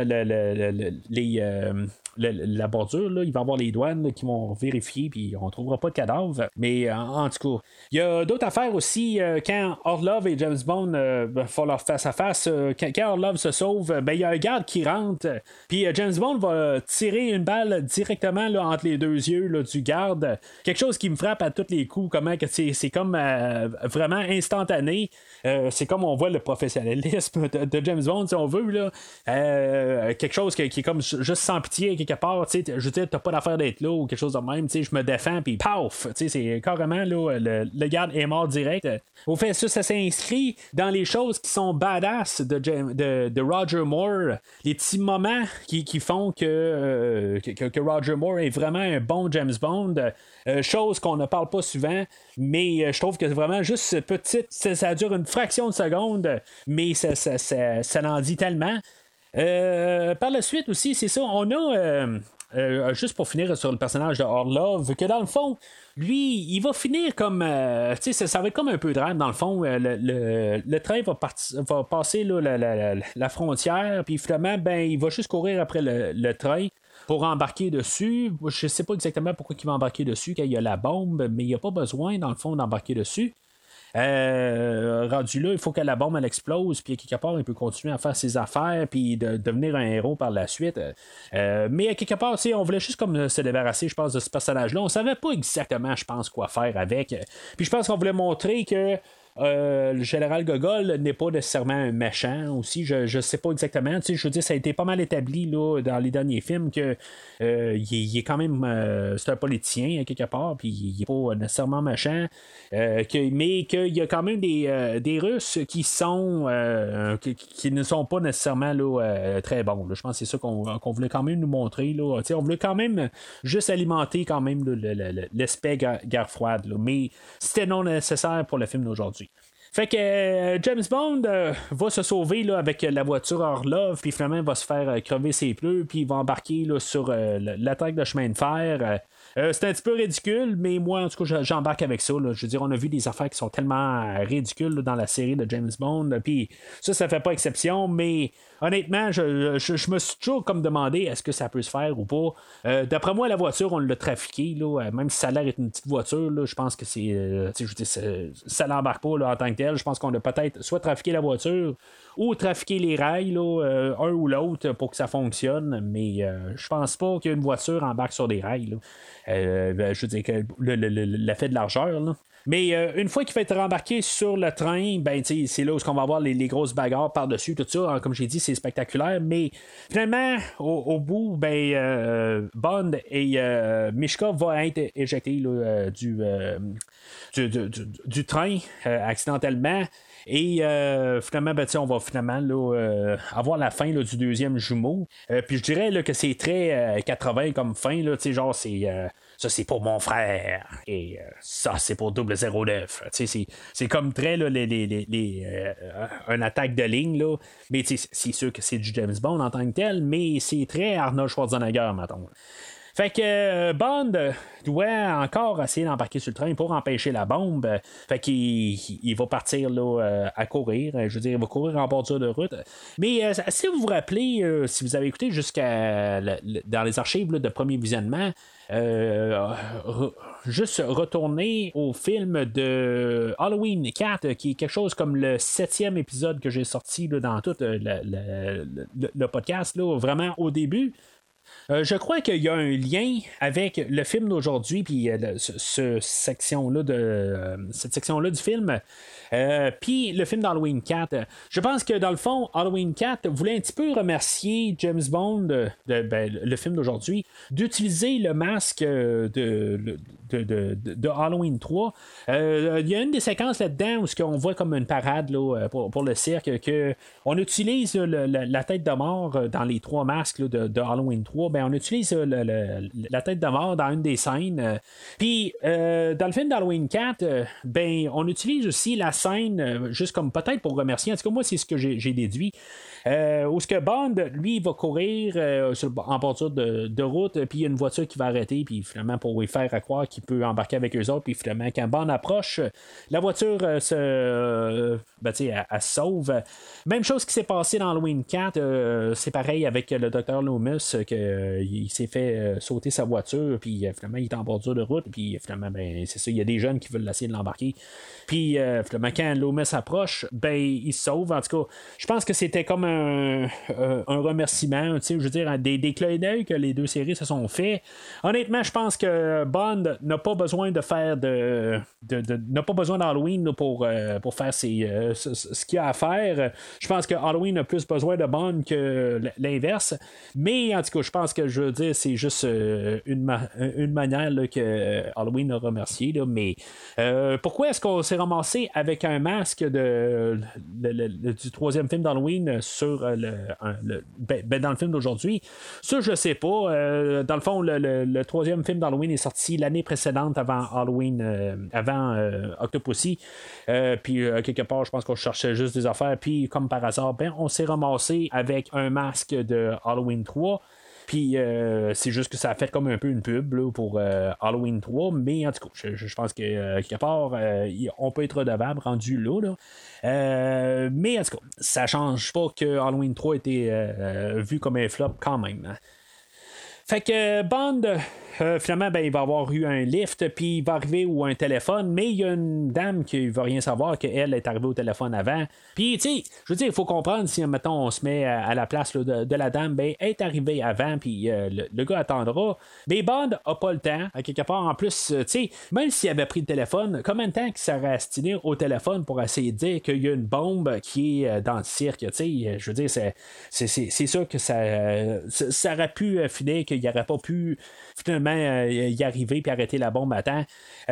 C: la bordure là, il va avoir les douanes là, qui vont vérifier puis on trouvera pas de cadavre, mais en tout cas il y a d'autres affaires aussi quand Orlov et James Bond font leur face à face, quand Orlov se sauve, ben il y a un garde qui rentre puis James Bond va tirer une balle directement là, entre les deux yeux là, du garde. Quelque chose qui me frappe à tous les coups, comment que c'est comme vraiment instantané. C'est comme on voit le professionnalisme de James Bond, si on veut, là. Quelque chose qui est comme juste sans pitié quelque part. Je veux dire, t'as pas d'affaire d'être là ou quelque chose de même. Je me défends, puis paf! C'est carrément là, le garde est mort direct. Au fait, ça s'est inscrit dans les choses qui sont badass de Roger Moore. Les petits moments qui font que Roger Moore est vraiment un bon James Bond. Chose qu'on ne parle pas souvent, mais je trouve que vraiment juste petite, ça dure une fraction de seconde, mais ça en dit tellement. Par la suite aussi, c'est ça, on a juste pour finir sur le personnage de Orlov, que dans le fond, lui, il va finir comme. Ça va être comme un peu drame, dans le fond. Le train va passer là, la frontière, puis finalement, il va juste courir après le train pour embarquer dessus. Je sais pas exactement pourquoi il va embarquer dessus quand il y a la bombe, mais il n'y a pas besoin, dans le fond, d'embarquer dessus. Rendu là, il faut que la bombe elle explose, puis quelque part il peut continuer à faire ses affaires, puis de devenir un héros par la suite. Mais à quelque part, on voulait juste comme se débarrasser, je pense, de ce personnage-là. On savait pas exactement, je pense, quoi faire avec. Puis je pense qu'on voulait montrer que le général Gogol n'est pas nécessairement un méchant aussi, je sais pas exactement. Je veux dire, ça a été pas mal établi là, dans les derniers films que il est quand même c'est un politicien quelque part, puis il est pas nécessairement méchant, mais qu'il y a quand même des Russes qui sont qui ne sont pas nécessairement là, très bons. Là. Je pense que c'est ça qu'on voulait quand même nous montrer. Là. On voulait quand même juste alimenter quand même l'aspect guerre froide, là. Mais c'était non nécessaire pour le film d'aujourd'hui. Fait que James Bond va se sauver là, avec la voiture Orlov, puis finalement il va se faire crever ses pneus, puis il va embarquer là, sur l'attaque de chemin de fer. C'est un petit peu ridicule, mais moi en tout cas j'embarque avec ça. Là. Je veux dire, on a vu des affaires qui sont tellement ridicules là, dans la série de James Bond, puis ça fait pas exception, mais honnêtement, je me suis toujours comme demandé est-ce que ça peut se faire ou pas. D'après moi, la voiture, on l'a trafiquée, là, même si ça a l'air d'être une petite voiture, là, je pense que ça l'embarque pas là, en tant que tel. Je pense qu'on a peut-être soit trafiqué la voiture ou trafiquer les rails, là, un ou l'autre, pour que ça fonctionne, mais je pense pas qu'une voiture embarque sur des rails. Là. Je veux dire que l'effet de largeur, là. Mais une fois qu'il va être rembarqué sur le train, c'est là où on va avoir les grosses bagarres par-dessus, tout ça. Comme j'ai dit, c'est spectaculaire. Mais finalement, au bout, Bond et Mishka vont être éjectés là, du train accidentellement. Et finalement, on va finalement là, avoir la fin là, du deuxième jumeau. Puis je dirais là, que c'est très 80 comme fin. Là, genre, c'est ça, c'est pour mon frère. Et ça, c'est pour 009. C'est comme très là, une attaque de ligne. Là. Mais c'est sûr que c'est du James Bond en tant que tel. Mais c'est très Arnold Schwarzenegger, mettons. Fait que Bond doit encore essayer d'embarquer sur le train pour empêcher la bombe. Fait qu'il va partir là, à courir. Je veux dire, il va courir en bordure de route. Mais si vous vous rappelez, si vous avez écouté jusqu'à dans les archives là, de premier visionnement, juste retourner au film de Halloween 4, qui est quelque chose comme le 7e épisode que j'ai sorti là, dans tout le podcast, là, vraiment au début. Je crois qu'il y a un lien avec le film d'aujourd'hui, puis cette section-là du film, puis le film d'Halloween 4. Je pense que dans le fond, Halloween 4 voulait un petit peu remercier James Bond, le film d'aujourd'hui, d'utiliser le masque de Halloween 3. Il y a une des séquences là-dedans où on voit comme une parade là, pour le cirque, que on utilise la tête de mort dans les 3 masques là, de Halloween 3. On utilise la tête de mort dans une des scènes. Puis, dans le film d'Halloween 4, on utilise aussi la scène, juste comme peut-être pour remercier. En tout cas, moi, c'est ce que j'ai déduit. Où ce que Bond, lui, va courir en bordure de route, puis il y a une voiture qui va arrêter, puis finalement, pour lui faire à croire qu'il peut embarquer avec eux autres, puis finalement, quand Bond approche, la voiture elle se sauve. Même chose qui s'est passé dans Halloween 4, c'est pareil avec le Dr. Loomis, il s'est fait sauter sa voiture, puis finalement, il est en bordure de route, puis finalement, c'est ça, il y a des jeunes qui veulent essayer de l'embarquer. Puis finalement, quand Loomis approche, il se sauve. En tout cas, je pense que c'était comme un remerciement, je veux dire, des clins d'œil que les deux séries se sont fait. Honnêtement, je pense que Bond n'a pas besoin de faire n'a pas besoin d'Halloween là, pour faire ce qu'il y a à faire. Je pense que Halloween a plus besoin de Bond que l'inverse. Mais en tout cas, je pense que je veux dire, c'est juste une manière là, que Halloween a remercié. Là, mais pourquoi est-ce qu'on s'est ramassé avec un masque du troisième film d'Halloween sur dans le film d'aujourd'hui? Ça, je sais pas. Dans le fond, le troisième film d'Halloween est sorti l'année précédente avant Halloween, avant Octopussy. Puis quelque part, je pense qu'on cherchait juste des affaires. Puis comme par hasard, on s'est ramassé avec un masque de Halloween 3. Puis c'est juste que ça a fait comme un peu une pub là, pour Halloween 3, mais en tout cas, je pense que quelque part, on peut être redevable rendu là. Mais en tout cas, ça change pas que Halloween 3 était vu comme un flop quand même. Hein. Fait que Bond, finalement, il va avoir eu un lift, puis il va arriver ou un téléphone, mais il y a une dame qui ne va rien savoir qu'elle est arrivée au téléphone avant. Puis, tu sais, je veux dire, il faut comprendre si, mettons, on se met à la place là, de la dame, elle est arrivée avant, puis le gars attendra. Mais Bond n'a pas le temps, à quelque part. En plus, tu sais, même s'il avait pris le téléphone, combien de temps qu'il serait astigné au téléphone pour essayer de dire qu'il y a une bombe qui est dans le cirque, tu sais, je veux dire, c'est sûr que ça aurait pu finir qu'il n'aurait pas pu finalement y arriver puis arrêter la bombe à temps.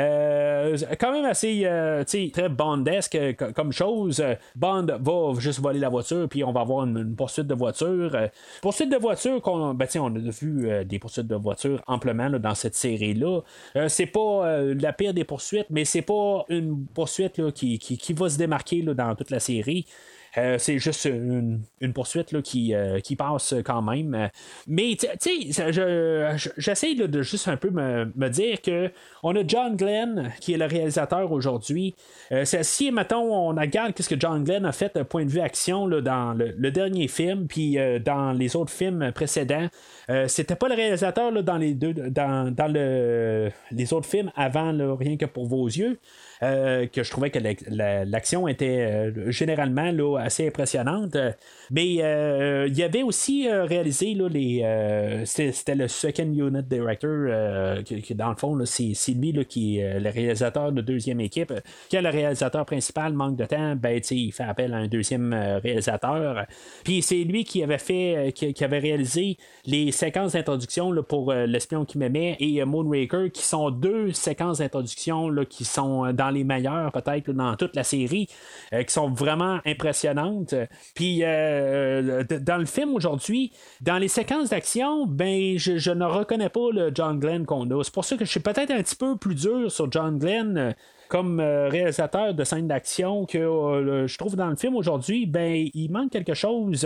C: Quand même assez très Bondesque comme chose. Bond va juste voler la voiture puis on va avoir une poursuite de voiture. Poursuite de voiture qu'on on a vu des poursuites de voiture amplement là, dans cette série-là. C'est pas la pire des poursuites, mais c'est pas une poursuite là, qui va se démarquer là, dans toute la série. C'est juste une poursuite là, qui passe quand même. Mais tu sais, j'essaie là, de juste un peu me dire que on a John Glenn qui est le réalisateur aujourd'hui. Si mettons on regarde qu'est-ce que John Glenn a fait point de vue action là, dans le dernier film puis dans les autres films précédents, c'était pas le réalisateur là, dans les deux dans les autres films avant là, Rien que pour vos yeux. Que je trouvais que l'action était généralement là, assez impressionnante. Mais il y avait aussi réalisé là, c'était le Second Unit Director qui dans le fond là, c'est lui là, qui est le réalisateur de deuxième équipe. Quand le réalisateur principal manque de temps, il fait appel à un deuxième réalisateur. Puis c'est lui qui avait qui avait réalisé les séquences d'introduction là, pour L'espion qui m'aimait et Moonraker, qui sont deux séquences d'introduction là, qui sont dans les meilleures peut-être dans toute la série, qui sont vraiment impressionnantes. Puis dans le film aujourd'hui, dans les séquences d'action, je ne reconnais pas le John Glenn qu'on a. C'est pour ça que je suis peut-être un petit peu plus dur sur John Glenn comme réalisateur de scènes d'action que je trouve dans le film aujourd'hui, il manque quelque chose.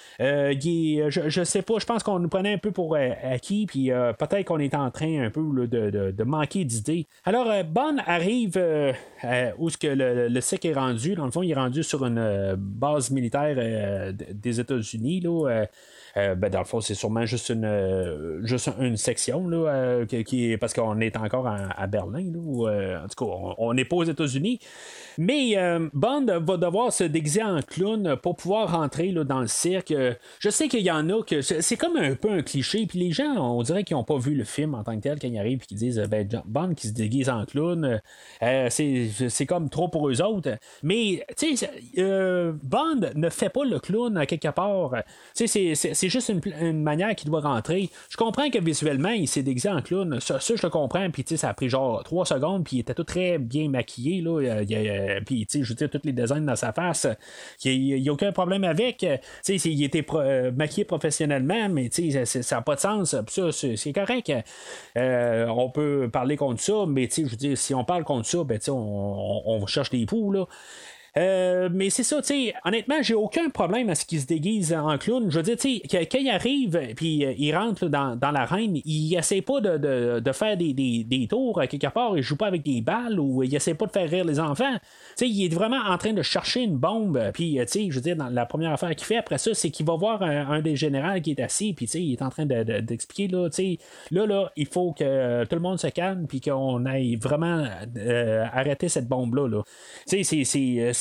C: Je sais pas, je pense qu'on nous prenait un peu pour acquis, puis peut-être qu'on est en train un peu là, de manquer d'idées. Alors, Bond arrive où ce que le SEC est rendu. Dans le fond, il est rendu sur une base militaire des États-Unis, là. Dans le fond, c'est sûrement juste une section là, qui parce qu'on est encore à Berlin. Là, en tout cas, on n'est pas aux États-Unis. Mais Bond va devoir se déguiser en clown pour pouvoir rentrer là, dans le cirque. Je sais qu'il y en a que c'est comme un peu un cliché. Puis les gens, on dirait qu'ils n'ont pas vu le film en tant que tel quand ils arrivent et qu'ils disent Bond qui se déguise en clown, c'est comme trop pour eux autres. Mais tu sais, Bond ne fait pas le clown à quelque part. Tu sais, c'est juste une manière qu'il doit rentrer. Je comprends que visuellement, il s'est déguisé en clown. Ça je le comprends. Puis, tu sais, ça a pris genre 3 secondes. Puis, il était tout très bien maquillé. Là. Puis, tu sais, je veux dire, tous les designs dans sa face, il n'y a aucun problème avec. Tu sais, il était maquillé professionnellement, mais, tu sais, ça n'a pas de sens. Puis, ça, c'est correct. On peut parler contre ça, mais, tu sais, je veux dire, si on parle contre ça, tu sais, on cherche des poux, là. Mais c'est ça, tu sais, honnêtement, j'ai aucun problème à ce qu'il se déguise en clown. Je veux dire, tu sais, quand il arrive, puis il rentre là, dans l'arène, il essaie pas de faire des tours quelque part, il joue pas avec des balles ou il essaie pas de faire rire les enfants. Tu sais, il est vraiment en train de chercher une bombe, puis, tu sais, je veux dire, dans la première affaire qu'il fait après ça, c'est qu'il va voir un des généraux qui est assis, puis, tu sais, il est en train d'expliquer, là, tu sais, là, il faut que tout le monde se calme, puis qu'on aille vraiment arrêter cette bombe-là, là. Tu sais, c'est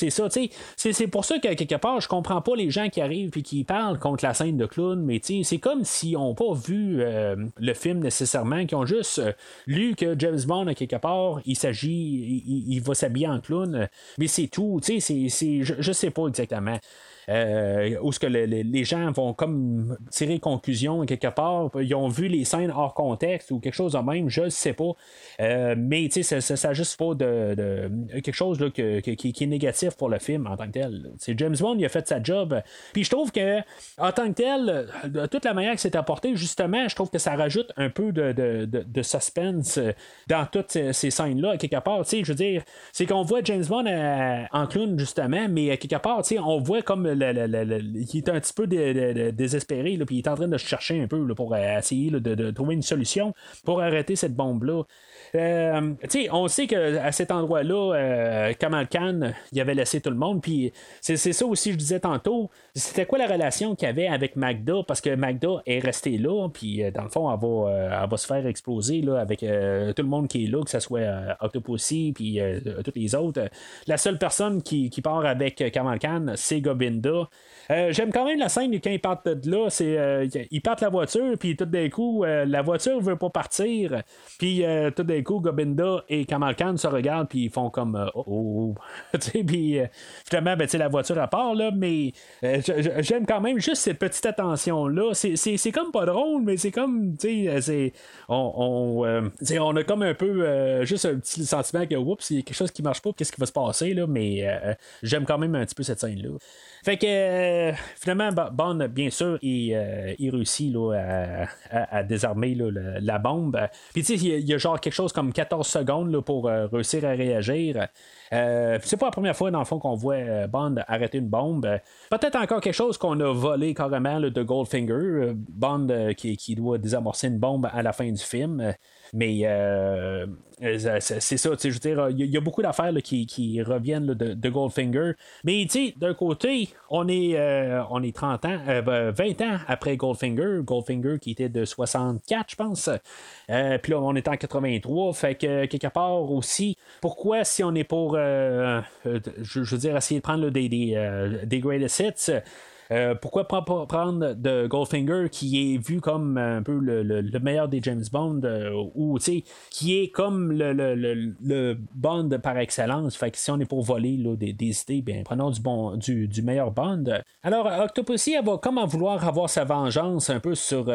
C: c'est ça, tu sais. C'est pour ça que quelque part, je comprends pas les gens qui arrivent et qui parlent contre la scène de clown, mais tu sais, c'est comme s'ils n'ont pas vu le film nécessairement, qui ont juste lu que James Bond, à quelque part, il va s'habiller en clown, mais c'est tout, tu sais, je sais pas exactement. Où ce que les gens vont comme tirer conclusion quelque part, ils ont vu les scènes hors contexte ou quelque chose de même, je ne sais pas, mais tu sais, ça juste pas de quelque chose là, qui est négatif pour le film en tant que tel. C'est James Bond, il a fait sa job, puis je trouve que en tant que tel, de toute la manière que c'est apporté, justement, je trouve que ça rajoute un peu de suspense dans toutes ces scènes-là, quelque part, tu sais, je veux dire, c'est qu'on voit James Bond en clown, justement, mais quelque part, tu sais, on voit comme il est un petit peu désespéré, puis il est en train de chercher un peu là, pour essayer là, de trouver une solution pour arrêter cette bombe-là. On sait qu'à cet endroit-là, Kamal Khan, il avait laissé tout le monde, puis c'est ça aussi, je disais tantôt, c'était quoi la relation qu'il y avait avec Magda, parce que Magda est restée là, puis dans le fond, elle va se faire exploser là, avec tout le monde qui est là, que ce soit Octopussy, puis tous les autres. La seule personne qui part avec Kamal Khan, c'est Gobinda. J'aime quand même la scène quand ils partent de là, ils partent la voiture, puis tout d'un coup, la voiture veut pas partir, puis tout d'un coup, Gobinda et Kamal Khan se regardent, puis ils font comme puis finalement, la voiture à part, là, mais j'aime quand même juste cette petite attention-là. C'est comme pas drôle, mais c'est comme, on a comme un peu juste un petit sentiment que, oups, il y a quelque chose qui marche pas, qu'est-ce qui va se passer, là, mais j'aime quand même un petit peu cette scène-là. Fait que finalement, Bond, bien sûr, il réussit là, à désarmer là, la bombe. Puis tu sais, il y a genre quelque chose comme 14 secondes là, pour réussir à réagir. C'est pas la première fois, dans le fond, qu'on voit Bond arrêter une bombe. Peut-être encore quelque chose qu'on a volé carrément là, de Goldfinger. Bond qui doit désamorcer une bombe à la fin du film. Mais c'est ça, je veux dire, il y a beaucoup d'affaires là, qui reviennent là, de Goldfinger. Mais d'un côté, on est 30 ans, 20 ans après Goldfinger qui était de 64, je pense. Puis là, on est en 83. Fait que quelque part aussi, pourquoi si on est pour, je veux dire, essayer de prendre là, des greatest hits, pourquoi pas prendre de Goldfinger qui est vu comme un peu le meilleur des James Bond ou qui est comme le Bond par excellence. Fait que si on est pour voler là, des idées, bien prenons du meilleur Bond. Alors Octopussy, elle va comme en vouloir avoir sa vengeance un peu sur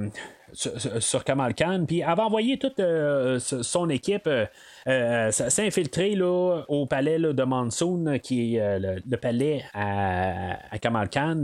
C: Kamal Khan, puis elle va envoyer toute son équipe s'infiltrer là, au palais là, de Monsoon, qui est le palais à Kamal Khan.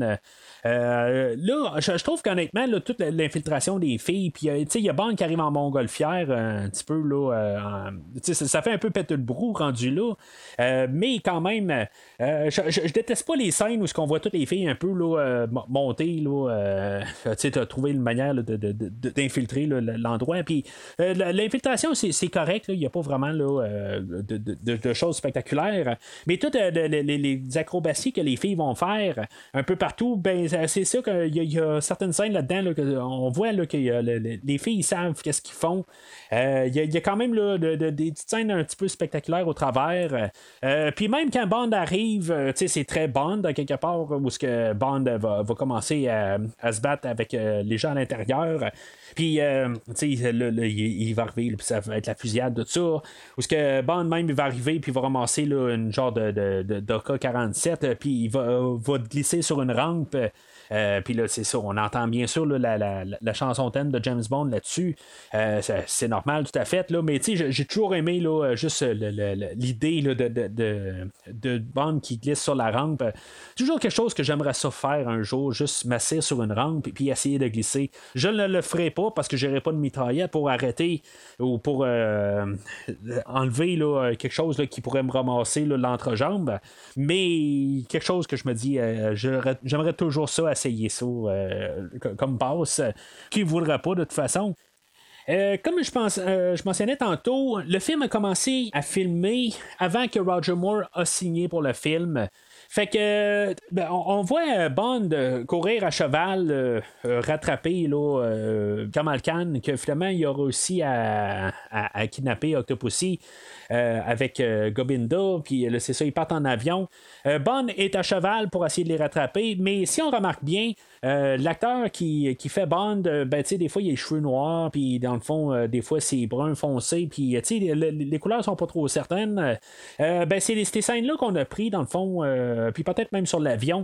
C: Là, je trouve qu'honnêtement, là, toute l'infiltration des filles, puis il y a Bond qui arrive en montgolfière un petit peu, là, ça fait un peu péter le brou rendu là, mais quand même, je déteste pas les scènes où on voit toutes les filles un peu là, monter, là, trouver une manière là, d'infiltrer là, l'endroit, puis l'infiltration, c'est correct, il n'y a pas vraiment là, de choses spectaculaires, mais toutes les acrobaties que les filles vont faire un peu partout, ben c'est sûr qu'il y a certaines scènes là-dedans là, on voit là, que les filles savent qu'est-ce qu'ils font. Il y a quand même là, des petites scènes un petit peu spectaculaires au travers. Puis même quand Bond arrive, c'est très Bond quelque part, où ce que Bond va commencer à se battre avec les gens à l'intérieur. Puis il va arriver, puis ça va être la fusillade de tout ça. Où ce que Bond même il va arriver, puis il va ramasser là, une genre de AK-47, puis il va glisser sur une rampe. Puis là, c'est ça, on entend bien sûr là, la chanson thème de James Bond là-dessus. C'est normal, tout à fait. Là, mais j'ai toujours aimé là, juste l'idée là, de Bond qui glisse sur la rampe. Toujours quelque chose que j'aimerais ça faire un jour, juste m'asseoir sur une rampe et puis essayer de glisser. Je ne le ferai pas parce que j'aurai pas de mitraillette pour arrêter ou pour enlever là, quelque chose là, qui pourrait me ramasser là, l'entrejambe. Mais quelque chose que je me dis, j'aimerais toujours ça, essayer ça comme passe. Qui ne voudra pas de toute façon. Comme je mentionnais tantôt, le film a commencé à filmer avant que Roger Moore a signé pour le film. Fait que on voit Bond courir à cheval, rattraper là, Kamal Khan, que finalement il a réussi à kidnapper Octopussy avec Gobinda, puis là, c'est ça, ils partent en avion. Bond est à cheval pour essayer de les rattraper, mais si on remarque bien, l'acteur qui fait Bond, ben, des fois il a les cheveux noirs, puis dans le fond, des fois c'est brun foncé, puis les couleurs sont pas trop certaines. Ben, c'est ces scènes-là qu'on a pris dans le fond, puis peut-être même sur l'avion,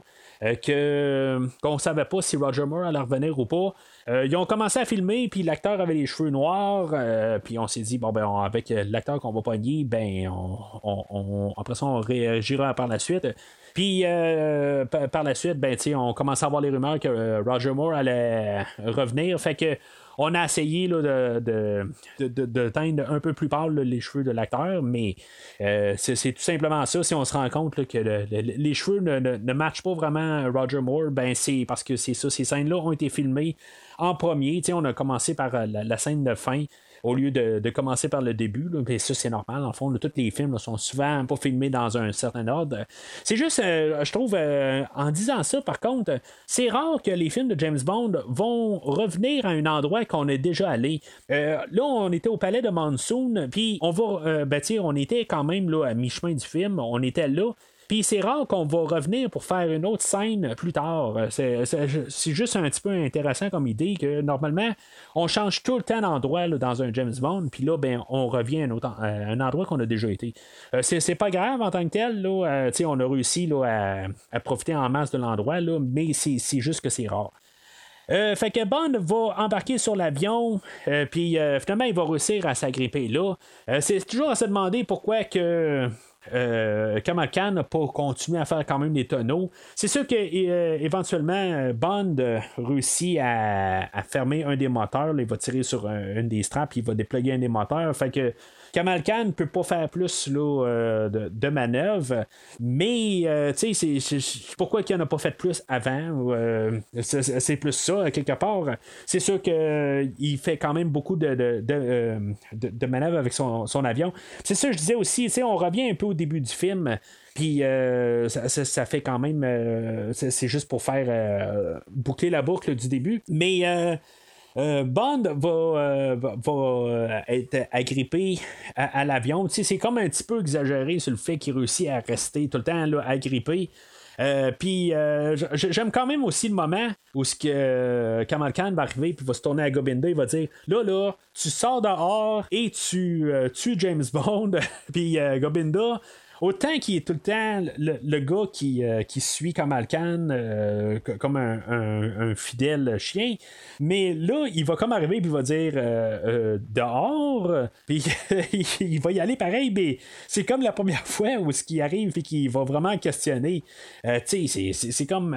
C: qu'on savait pas si Roger Moore allait revenir ou pas. Ils ont commencé à filmer, puis l'acteur avait les cheveux noirs, puis on s'est dit, bon, ben, avec l'acteur qu'on va pogner, ben, après ça, on réagira par la suite. Puis par la suite, ben, on commençait à avoir les rumeurs que Roger Moore allait revenir. Fait que on a essayé là, de teindre un peu plus pâle là, les cheveux de l'acteur, mais c'est tout simplement ça. Si on se rend compte là, que les cheveux ne matchent pas vraiment Roger Moore, ben c'est parce que c'est ça. Ces scènes-là ont été filmées en premier. On a commencé par la scène de fin au lieu de commencer par le début. Là, ça, c'est normal. En fond, tous les films là, sont souvent pas filmés dans un certain ordre. C'est juste, je trouve, en disant ça, par contre, c'est rare que les films de James Bond vont revenir à un endroit qu'on est déjà allé. Là, on était au palais de Monsoon, puis on va, on était quand même là, à mi-chemin du film. On était là. Puis c'est rare qu'on va revenir pour faire une autre scène plus tard. C'est juste un petit peu intéressant comme idée que normalement, on change tout le temps d'endroit là, dans un James Bond, puis là, ben, on revient à un endroit qu'on a déjà été. C'est pas grave en tant que tel. Là, on a réussi là, à profiter en masse de l'endroit, là, mais c'est juste que c'est rare. Fait que Bond va embarquer sur l'avion, puis finalement, il va réussir à s'agripper là. C'est toujours à se demander pourquoi que Kamal Khan n'a pas continué à faire quand même des tonneaux. C'est sûr que éventuellement Bond réussit à fermer un des moteurs. Là, il va tirer sur une des straps, il va déployer un des moteurs. Fait que Kamal Khan ne peut pas faire plus là, de manœuvres, mais c'est pourquoi il n'en a pas fait plus avant. C'est plus ça, quelque part. C'est sûr qu'il fait quand même beaucoup de manœuvres avec son avion. C'est ça, je disais aussi, on revient un peu au début du film. Puis ça fait quand même. C'est juste pour faire boucler la boucle du début. Mais. Bond va être agrippé à l'avion. C'est comme un petit peu exagéré sur le fait qu'il réussit à rester tout le temps là, agrippé. Puis j'aime quand même aussi le moment où Kamal Khan va arriver puis va se tourner à Gobinda, il va dire là tu sors dehors et tu tues James Bond. Puis Gobinda, autant qu'il est tout le temps le gars qui suit Kamal Khan comme un fidèle chien, mais là, il va comme arriver et il va dire dehors, puis il va y aller pareil, mais c'est comme la première fois où ce qui arrive et qu'il va vraiment questionner. Tu sais, c'est comme...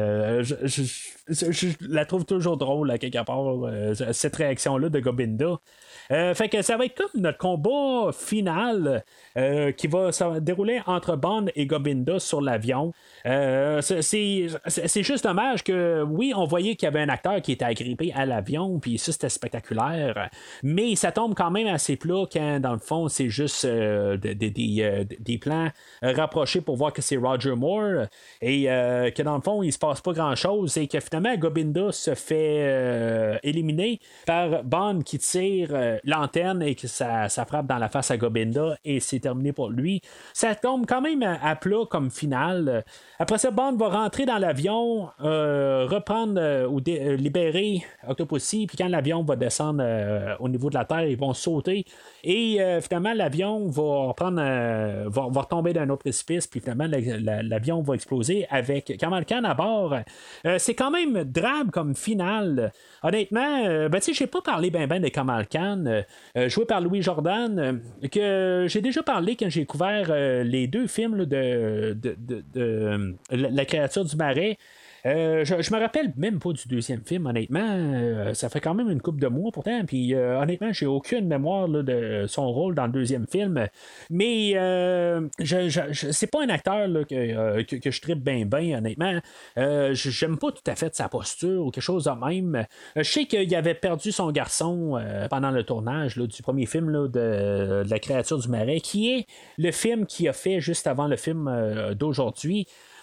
C: je la trouve toujours drôle, à quelque part, cette réaction-là de Gobinda. Fait que ça va être comme notre combat final qui va se dérouler entre Bond et Gobinda sur l'avion. C'est juste dommage que, oui, on voyait qu'il y avait un acteur qui était agrippé à l'avion, puis ça, c'était spectaculaire. Mais ça tombe quand même assez plat quand, dans le fond, c'est juste des plans rapprochés pour voir que c'est Roger Moore et que, dans le fond, il se passe pas grand-chose et que, finalement, Gobinda se fait éliminer par Bond qui tire l'antenne et que ça frappe dans la face à Gobinda et c'est terminé pour lui. Ça tombe quand même à plat comme finale. Après ça, Bond va rentrer dans l'avion, reprendre ou libérer Octopussy, puis quand l'avion va descendre au niveau de la Terre, ils vont sauter et finalement l'avion va retomber d'un autre précipice, puis finalement l'avion va exploser avec Kamal Khan à bord. C'est quand même drabe comme finale. Honnêtement, j'ai pas parlé ben de Kamal Khan, joué par Louis Jordan, que j'ai déjà parlé quand j'ai découvert les deux films là, de La créature du marais. Je me rappelle même pas du deuxième film, honnêtement. Ça fait quand même une couple de mois pourtant. Puis honnêtement, j'ai aucune mémoire là, de son rôle dans le deuxième film. Mais c'est pas un acteur là, que je trippe bien, honnêtement. J'aime pas tout à fait sa posture ou quelque chose de même. Je sais qu'il avait perdu son garçon pendant le tournage là, du premier film là, de La créature du marais, qui est le film qu'il a fait juste avant le film d'aujourd'hui.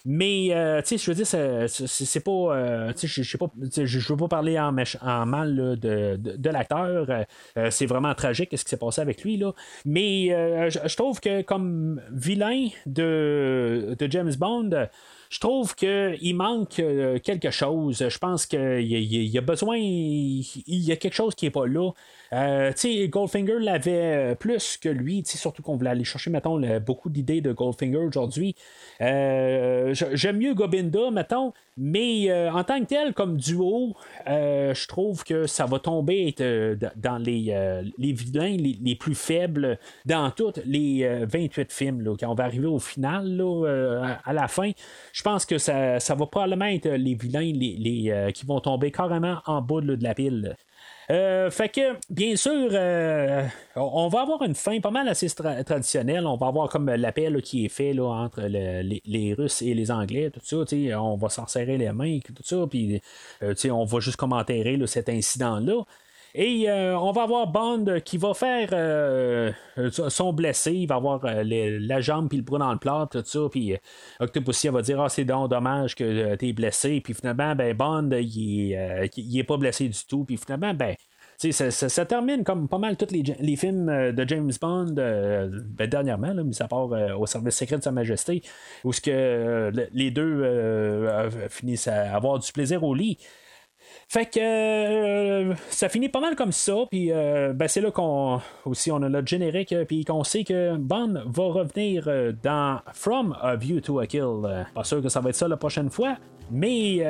C: Mais, je veux dire, c'est pas. Je veux pas parler en mal là, de l'acteur. C'est vraiment tragique ce qui s'est passé avec lui. Là. Mais je trouve que comme vilain de James Bond, je trouve qu'il manque quelque chose. Je pense qu'il y a besoin. Il y a quelque chose qui n'est pas là. Goldfinger l'avait plus que lui, surtout qu'on voulait aller chercher, mettons, beaucoup d'idées de Goldfinger aujourd'hui. J'aime mieux Gobinda, mettons, mais en tant que tel, comme duo, je trouve que ça va tomber dans les vilains les plus faibles dans tous les 28 films. Là, quand on va arriver au final, là, à la fin, je pense que ça va probablement être les vilains qui vont tomber carrément en bas de la pile. Fait que, bien sûr, on va avoir une fin pas mal assez traditionnelle. On va avoir comme l'appel qui est fait là, entre les Russes et les Anglais, tout ça. On va s'en serrer les mains, tout ça. Puis, on va juste commenter là, cet incident-là. Et on va avoir Bond qui va faire son blessé, il va avoir la jambe puis le bras dans le plat, tout ça, puis Octopussy va dire c'est donc dommage que t'es blessé, puis finalement Bond il est pas blessé du tout, puis finalement ça termine comme pas mal tous les films de James Bond dernièrement, là, mis à part au service secret de Sa Majesté, où ce que les deux finissent à avoir du plaisir au lit. Fait que ça finit pas mal comme ça, puis c'est là qu'on a notre générique, puis qu'on sait que Bond va revenir dans From a View to a Kill. Pas sûr que ça va être ça la prochaine fois, mais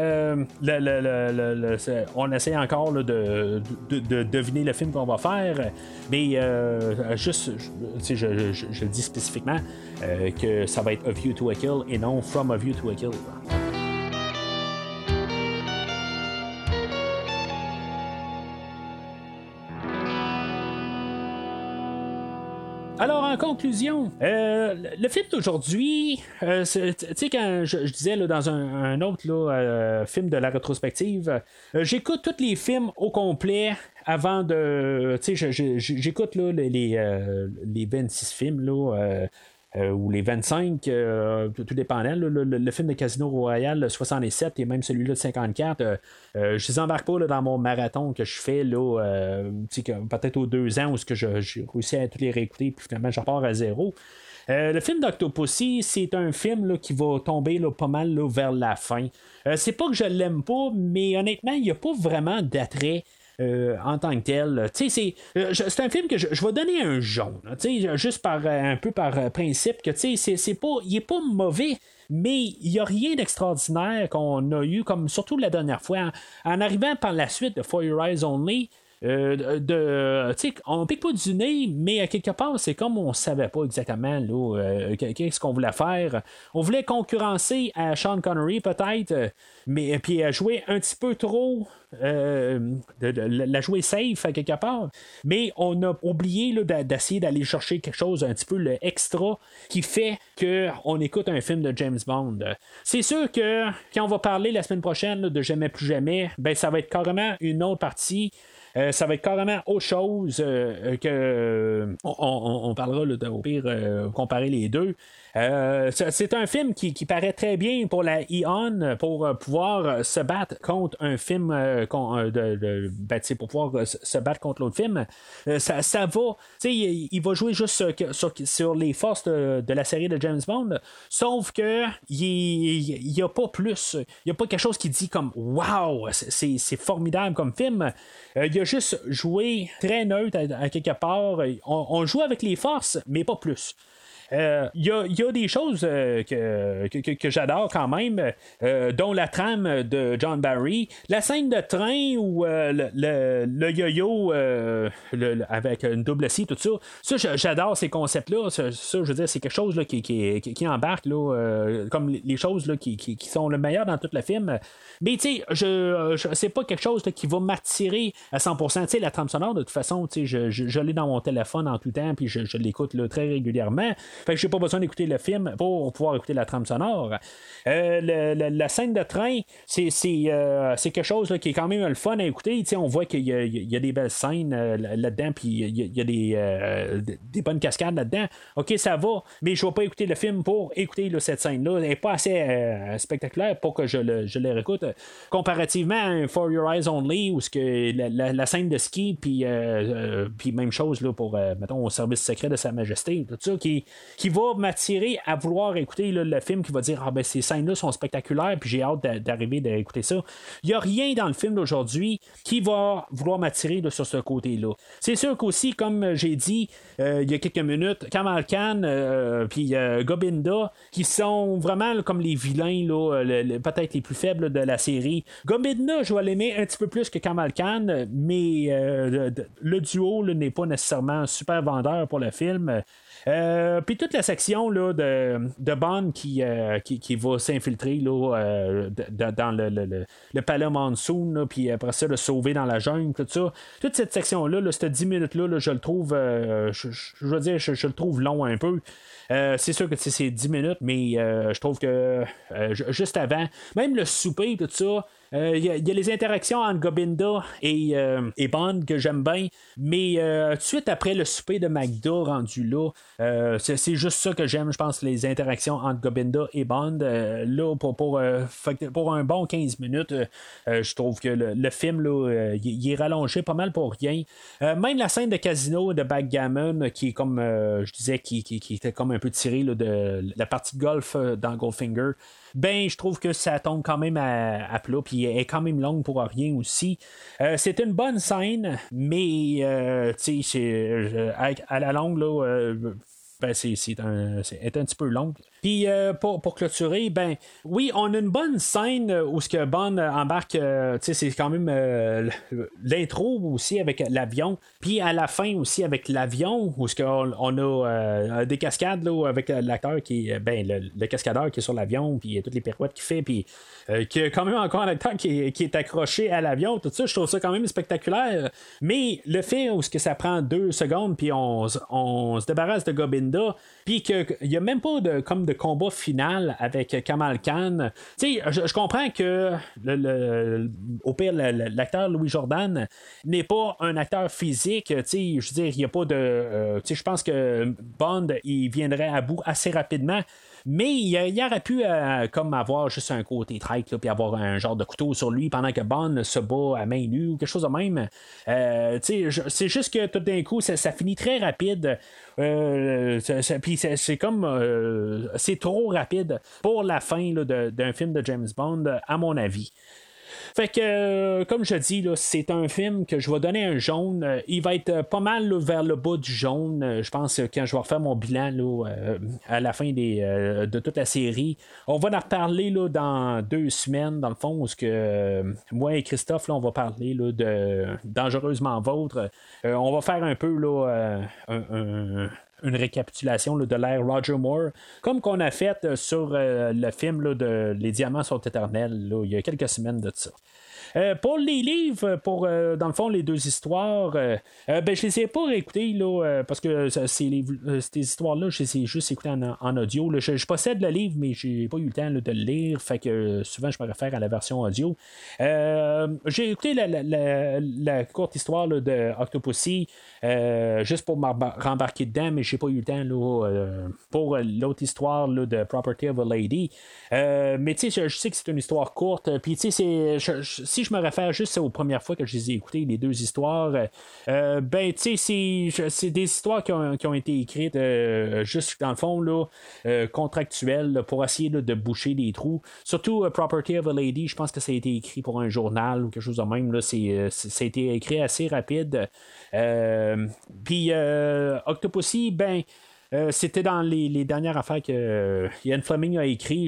C: on essaie encore là, de deviner le film qu'on va faire, mais juste, je le dis spécifiquement que ça va être A View to a Kill et non From a View to a Kill. Alors, en conclusion, le film d'aujourd'hui, tu sais, quand je disais là, dans un autre là, film de la rétrospective, j'écoute tous les films au complet avant de. Tu sais, j'écoute là, les 26 films, là. Ou les 25, tout dépendant. Le film de Casino Royale 67 et même celui-là de 54, je les embarque pas là, dans mon marathon que je fais là, peut-être aux 2 ans où j'ai réussi à tous les réécouter, puis finalement je repars à zéro. Le film d'Octopussy, c'est un film là, qui va tomber là, pas mal là, vers la fin. C'est pas que je l'aime pas, mais honnêtement, il n'y a pas vraiment d'attrait. En tant que tel, c'est un film que je vais donner un jaune, juste un peu par principe que il est pas mauvais, mais il n'y a rien d'extraordinaire qu'on a eu, comme surtout la dernière fois, en arrivant par la suite de For Your Eyes Only. On pique pas du nez, mais à quelque part, c'est comme on savait pas exactement là, qu'est-ce qu'on voulait faire. On voulait concurrencer à Sean Connery peut-être, mais puis à jouer un petit peu trop, la jouer safe à quelque part. Mais on a oublié là, d'essayer d'aller chercher quelque chose un petit peu le extra qui fait qu'on écoute un film de James Bond. C'est sûr que quand on va parler la semaine prochaine là, de Jamais plus jamais, ça va être carrément une autre partie. Ça va être carrément autre chose que on parlera là, au pire comparer les deux. C'est un film qui paraît très bien pour la Eon pour pouvoir se battre contre un film pour pouvoir se battre contre l'autre film. Ça va, il va jouer juste sur les forces de la série de James Bond, sauf que il y a pas plus, il y a pas quelque chose qui dit comme wow, c'est formidable comme film. Il a juste joué très neutre à quelque part. On joue avec les forces, mais pas plus. Il y a des choses que j'adore quand même, dont la trame de John Barry, la scène de train où le yo-yo avec une double scie, tout ça. Ça, j'adore ces concepts-là. Ça, je veux dire, c'est quelque chose là, qui embarque là, comme les choses là, qui sont le meilleur dans tout le film. Mais tu sais, c'est pas quelque chose là, qui va m'attirer à 100%. Tu sais, la trame sonore, de toute façon, tu sais, je l'ai dans mon téléphone en tout temps, puis je l'écoute là, très régulièrement. Fait que j'ai pas besoin d'écouter le film pour pouvoir écouter la trame sonore. La scène de train, c'est quelque chose là, qui est quand même le fun à écouter. On voit qu'il y a des belles scènes là-dedans, puis il y a des bonnes cascades là-dedans. Ok, ça va, mais je vais pas écouter le film pour écouter là, cette scène-là. Elle n'est pas assez spectaculaire pour que je le réécoute. Comparativement à un For Your Eyes Only, où la scène de ski, puis même chose là, pour, mettons, au service secret de Sa Majesté, tout ça, qui va m'attirer à vouloir écouter là, le film, qui va dire, ben ces scènes-là sont spectaculaires, puis j'ai hâte d'arriver d'écouter ça. Il n'y a rien dans le film d'aujourd'hui qui va vouloir m'attirer là, sur ce côté-là. C'est sûr qu'aussi, comme j'ai dit il y a quelques minutes, Kamal Khan puis Gobinda, qui sont vraiment là, comme les vilains, là, peut-être les plus faibles de la série. Gobinda, je vais l'aimer un petit peu plus que Kamal Khan, mais le duo là, n'est pas nécessairement super vendeur pour le film. Puis toute la section là, de Bond qui va s'infiltrer là, dans le palais Monsoon, puis après ça le sauver dans la jungle, tout ça. Toute cette section-là, cette 10 minutes-là, je le trouve je veux dire, je le trouve long un peu. C'est sûr que c'est 10 minutes, mais je trouve que juste avant, même le souper, tout ça, il y a les interactions entre Gobinda et Bond que j'aime bien, mais tout de suite après le souper de Magda rendu là, c'est juste ça que j'aime, je pense, les interactions entre Gobinda et Bond. Là, pour un bon 15 minutes, je trouve que le film, là, il est rallongé pas mal pour rien. Même la scène de casino de backgammon, qui est comme, je disais, qui était comme un peu tiré là, de la partie de golf dans Goldfinger, ben je trouve que ça tombe quand même à plat, puis elle est quand même longue pour rien aussi. C'est une bonne scène, mais tu sais, à la longue là, ben c'est un petit peu long. Puis pour clôturer, ben oui, on a une bonne scène où ce que Bond embarque, tu sais, c'est quand même l'intro aussi avec l'avion, puis à la fin aussi avec l'avion où ce qu'on a des cascades là, avec l'acteur qui est le cascadeur qui est sur l'avion, puis toutes les pirouettes qu'il fait, puis qui a quand même encore un acteur qui est accroché à l'avion, tout ça, je trouve ça quand même spectaculaire. Mais le fait où ce que ça prend 2 secondes, puis on se débarrasse de Gobinda, puis qu'il n'y a même pas de combat final avec Kamal Khan. Tu sais, je comprends que au pire l'acteur Louis Jordan n'est pas un acteur physique. Tu sais, je veux dire, il n'y a pas de tu sais, je pense que Bond il viendrait à bout assez rapidement. Mais il aurait pu comme avoir juste un côté traître, puis avoir un genre de couteau sur lui pendant que Bond se bat à main nue ou quelque chose de même. C'est juste que tout d'un coup, ça finit très rapide. Puis c'est comme c'est trop rapide pour la fin là, d'un film de James Bond, à mon avis. Fait que, comme je dis, là, c'est un film que je vais donner un jaune. Il va être pas mal là, vers le bas du jaune. Je pense que quand je vais refaire mon bilan là, à la fin de toute la série, on va en reparler là, dans 2 semaines, dans le fond, où moi et Christophe, là, on va parler là, de Dangereusement Vôtre. On va faire un peu là, une récapitulation là, de l'ère Roger Moore, comme qu'on a fait sur le film là, de Les Diamants sont éternels, là, il y a quelques semaines de ça. Pour les livres, pour dans le fond les 2 histoires, ben je les ai pas réécoutées là, parce que ces histoires-là, je les ai juste écoutées en audio. Là. Je possède le livre, mais j'ai pas eu le temps là, de le lire, fait que souvent je me réfère à la version audio. J'ai écouté la courte histoire là, de Octopussy, juste pour rembarquer dedans, mais j'ai pas eu le temps là, pour l'autre histoire là, de Property of a Lady. Mais tu sais, je sais que c'est une histoire courte, puis tu sais, si je me réfère juste aux premières fois que je les ai écoutées, les 2 histoires, ben tu sais, c'est des histoires qui ont été écrites juste dans le fond là, contractuelles là, pour essayer là, de boucher des trous. Surtout Property of a Lady, je pense que ça a été écrit pour un journal ou quelque chose de même là, ça a été écrit assez rapide. Puis Octopussy, ben c'était dans les dernières affaires que Ian Fleming a écrit.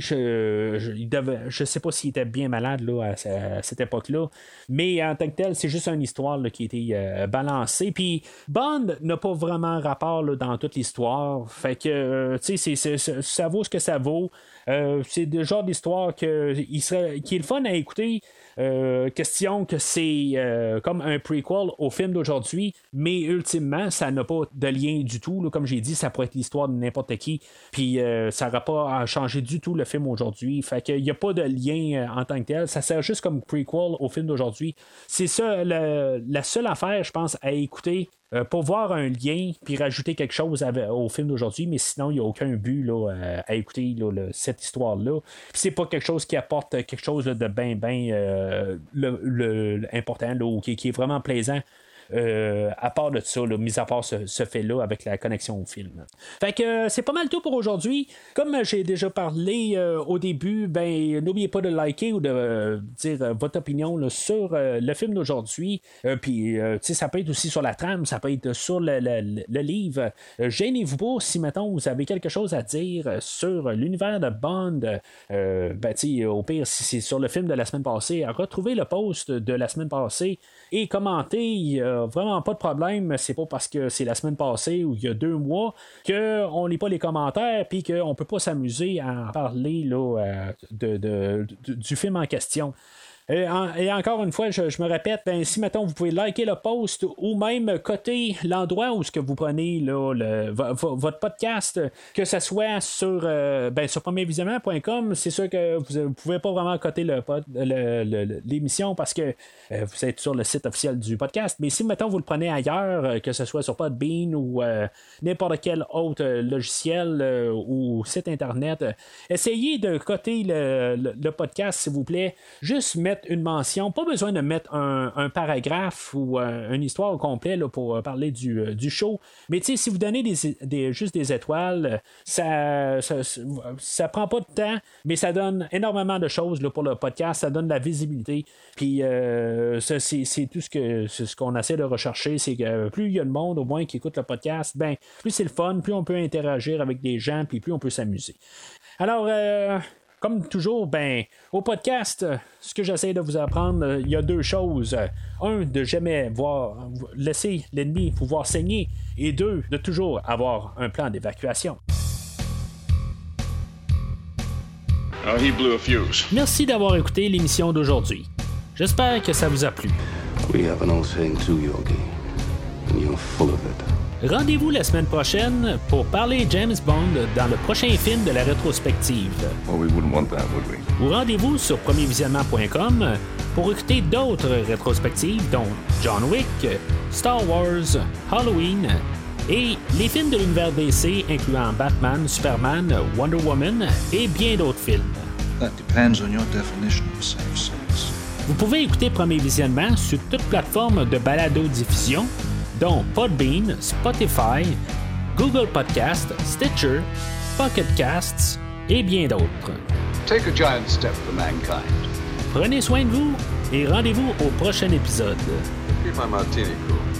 C: Je sais pas s'il était bien malade là, à cette époque-là, mais en tant que tel, c'est juste une histoire là, qui a été balancée. Puis Bond n'a pas vraiment rapport là, dans toute l'histoire. Fait que tu sais, ça vaut ce que ça vaut. C'est le genre d'histoire qui est le fun à écouter. Question que c'est comme un prequel au film d'aujourd'hui, mais ultimement ça n'a pas de lien du tout là. Comme j'ai dit, ça pourrait être l'histoire de n'importe qui, puis ça n'aura pas changé du tout le film aujourd'hui. Fait qu'il n'y a pas de lien en tant que tel. Ça sert juste comme prequel au film d'aujourd'hui. C'est ça, la seule affaire, je pense, à écouter pour voir un lien puis rajouter quelque chose au film d'aujourd'hui, mais sinon il n'y a aucun but là, à écouter là, cette histoire-là. Puis c'est pas quelque chose qui apporte quelque chose là, de bien important là, ou qui est vraiment plaisant. À part de ça, là, mis à part ce fait-là avec la connexion au film. Fait que c'est pas mal tout pour aujourd'hui. Comme j'ai déjà parlé au début, ben n'oubliez pas de liker ou de dire votre opinion là, sur le film d'aujourd'hui. Puis ça peut être aussi sur la trame, ça peut être sur le livre. Gênez-vous pas si mettons vous avez quelque chose à dire sur l'univers de Bond. Au pire, si c'est sur le film de la semaine passée, retrouvez le post de la semaine passée et commentez. Vraiment pas de problème, c'est pas parce que c'est la semaine passée ou il y a 2 mois qu'on lit pas les commentaires puis qu'on peut pas s'amuser à en parler là, du film en question. Et encore une fois, je me répète, ben, si mettons vous pouvez liker le post ou même coter l'endroit où ce que vous prenez là, votre podcast, que ce soit sur premiervisionnement.com, c'est sûr que vous pouvez pas vraiment coter l'émission parce que vous êtes sur le site officiel du podcast, mais si mettons vous le prenez ailleurs, que ce soit sur Podbean ou n'importe quel autre logiciel ou site internet, essayez de coter le podcast s'il vous plaît, juste mettre une mention, pas besoin de mettre un paragraphe ou une histoire au complet là, pour parler du show, mais tu sais, si vous donnez juste des étoiles, ça prend pas de temps, mais ça donne énormément de choses là, pour le podcast, ça donne de la visibilité, puis c'est tout ce qu'on essaie de rechercher, c'est que plus il y a de monde au moins qui écoute le podcast, ben plus c'est le fun, plus on peut interagir avec des gens, puis plus on peut s'amuser. Alors comme toujours, ben, au podcast, ce que j'essaie de vous apprendre, il y a 2 choses. 1, de jamais laisser l'ennemi vous voir saigner. Et 2, de toujours avoir un plan d'évacuation.
D: Oh, he blew a fuse.
C: Merci d'avoir écouté l'émission d'aujourd'hui. J'espère que ça vous a plu.
E: We have an old saying too, Yogi, and you're full of it.
C: Rendez-vous la semaine prochaine pour parler James Bond dans le prochain film de la rétrospective.
E: Well, we wouldn't want that, would we?
C: Ou rendez-vous sur premiervisionnement.com pour écouter d'autres rétrospectives dont John Wick, Star Wars, Halloween et les films de l'univers DC incluant Batman, Superman, Wonder Woman et bien d'autres films.
F: That depends on your definition of safe sex.
C: Vous pouvez écouter Premier Visionnement sur toute plateforme de balado-diffusion dont Podbean, Spotify, Google Podcast, Stitcher, Pocket Casts et bien d'autres.
B: Take a giant step for mankind.
C: Prenez soin de vous et rendez-vous au prochain épisode.
E: Keep my martini cool.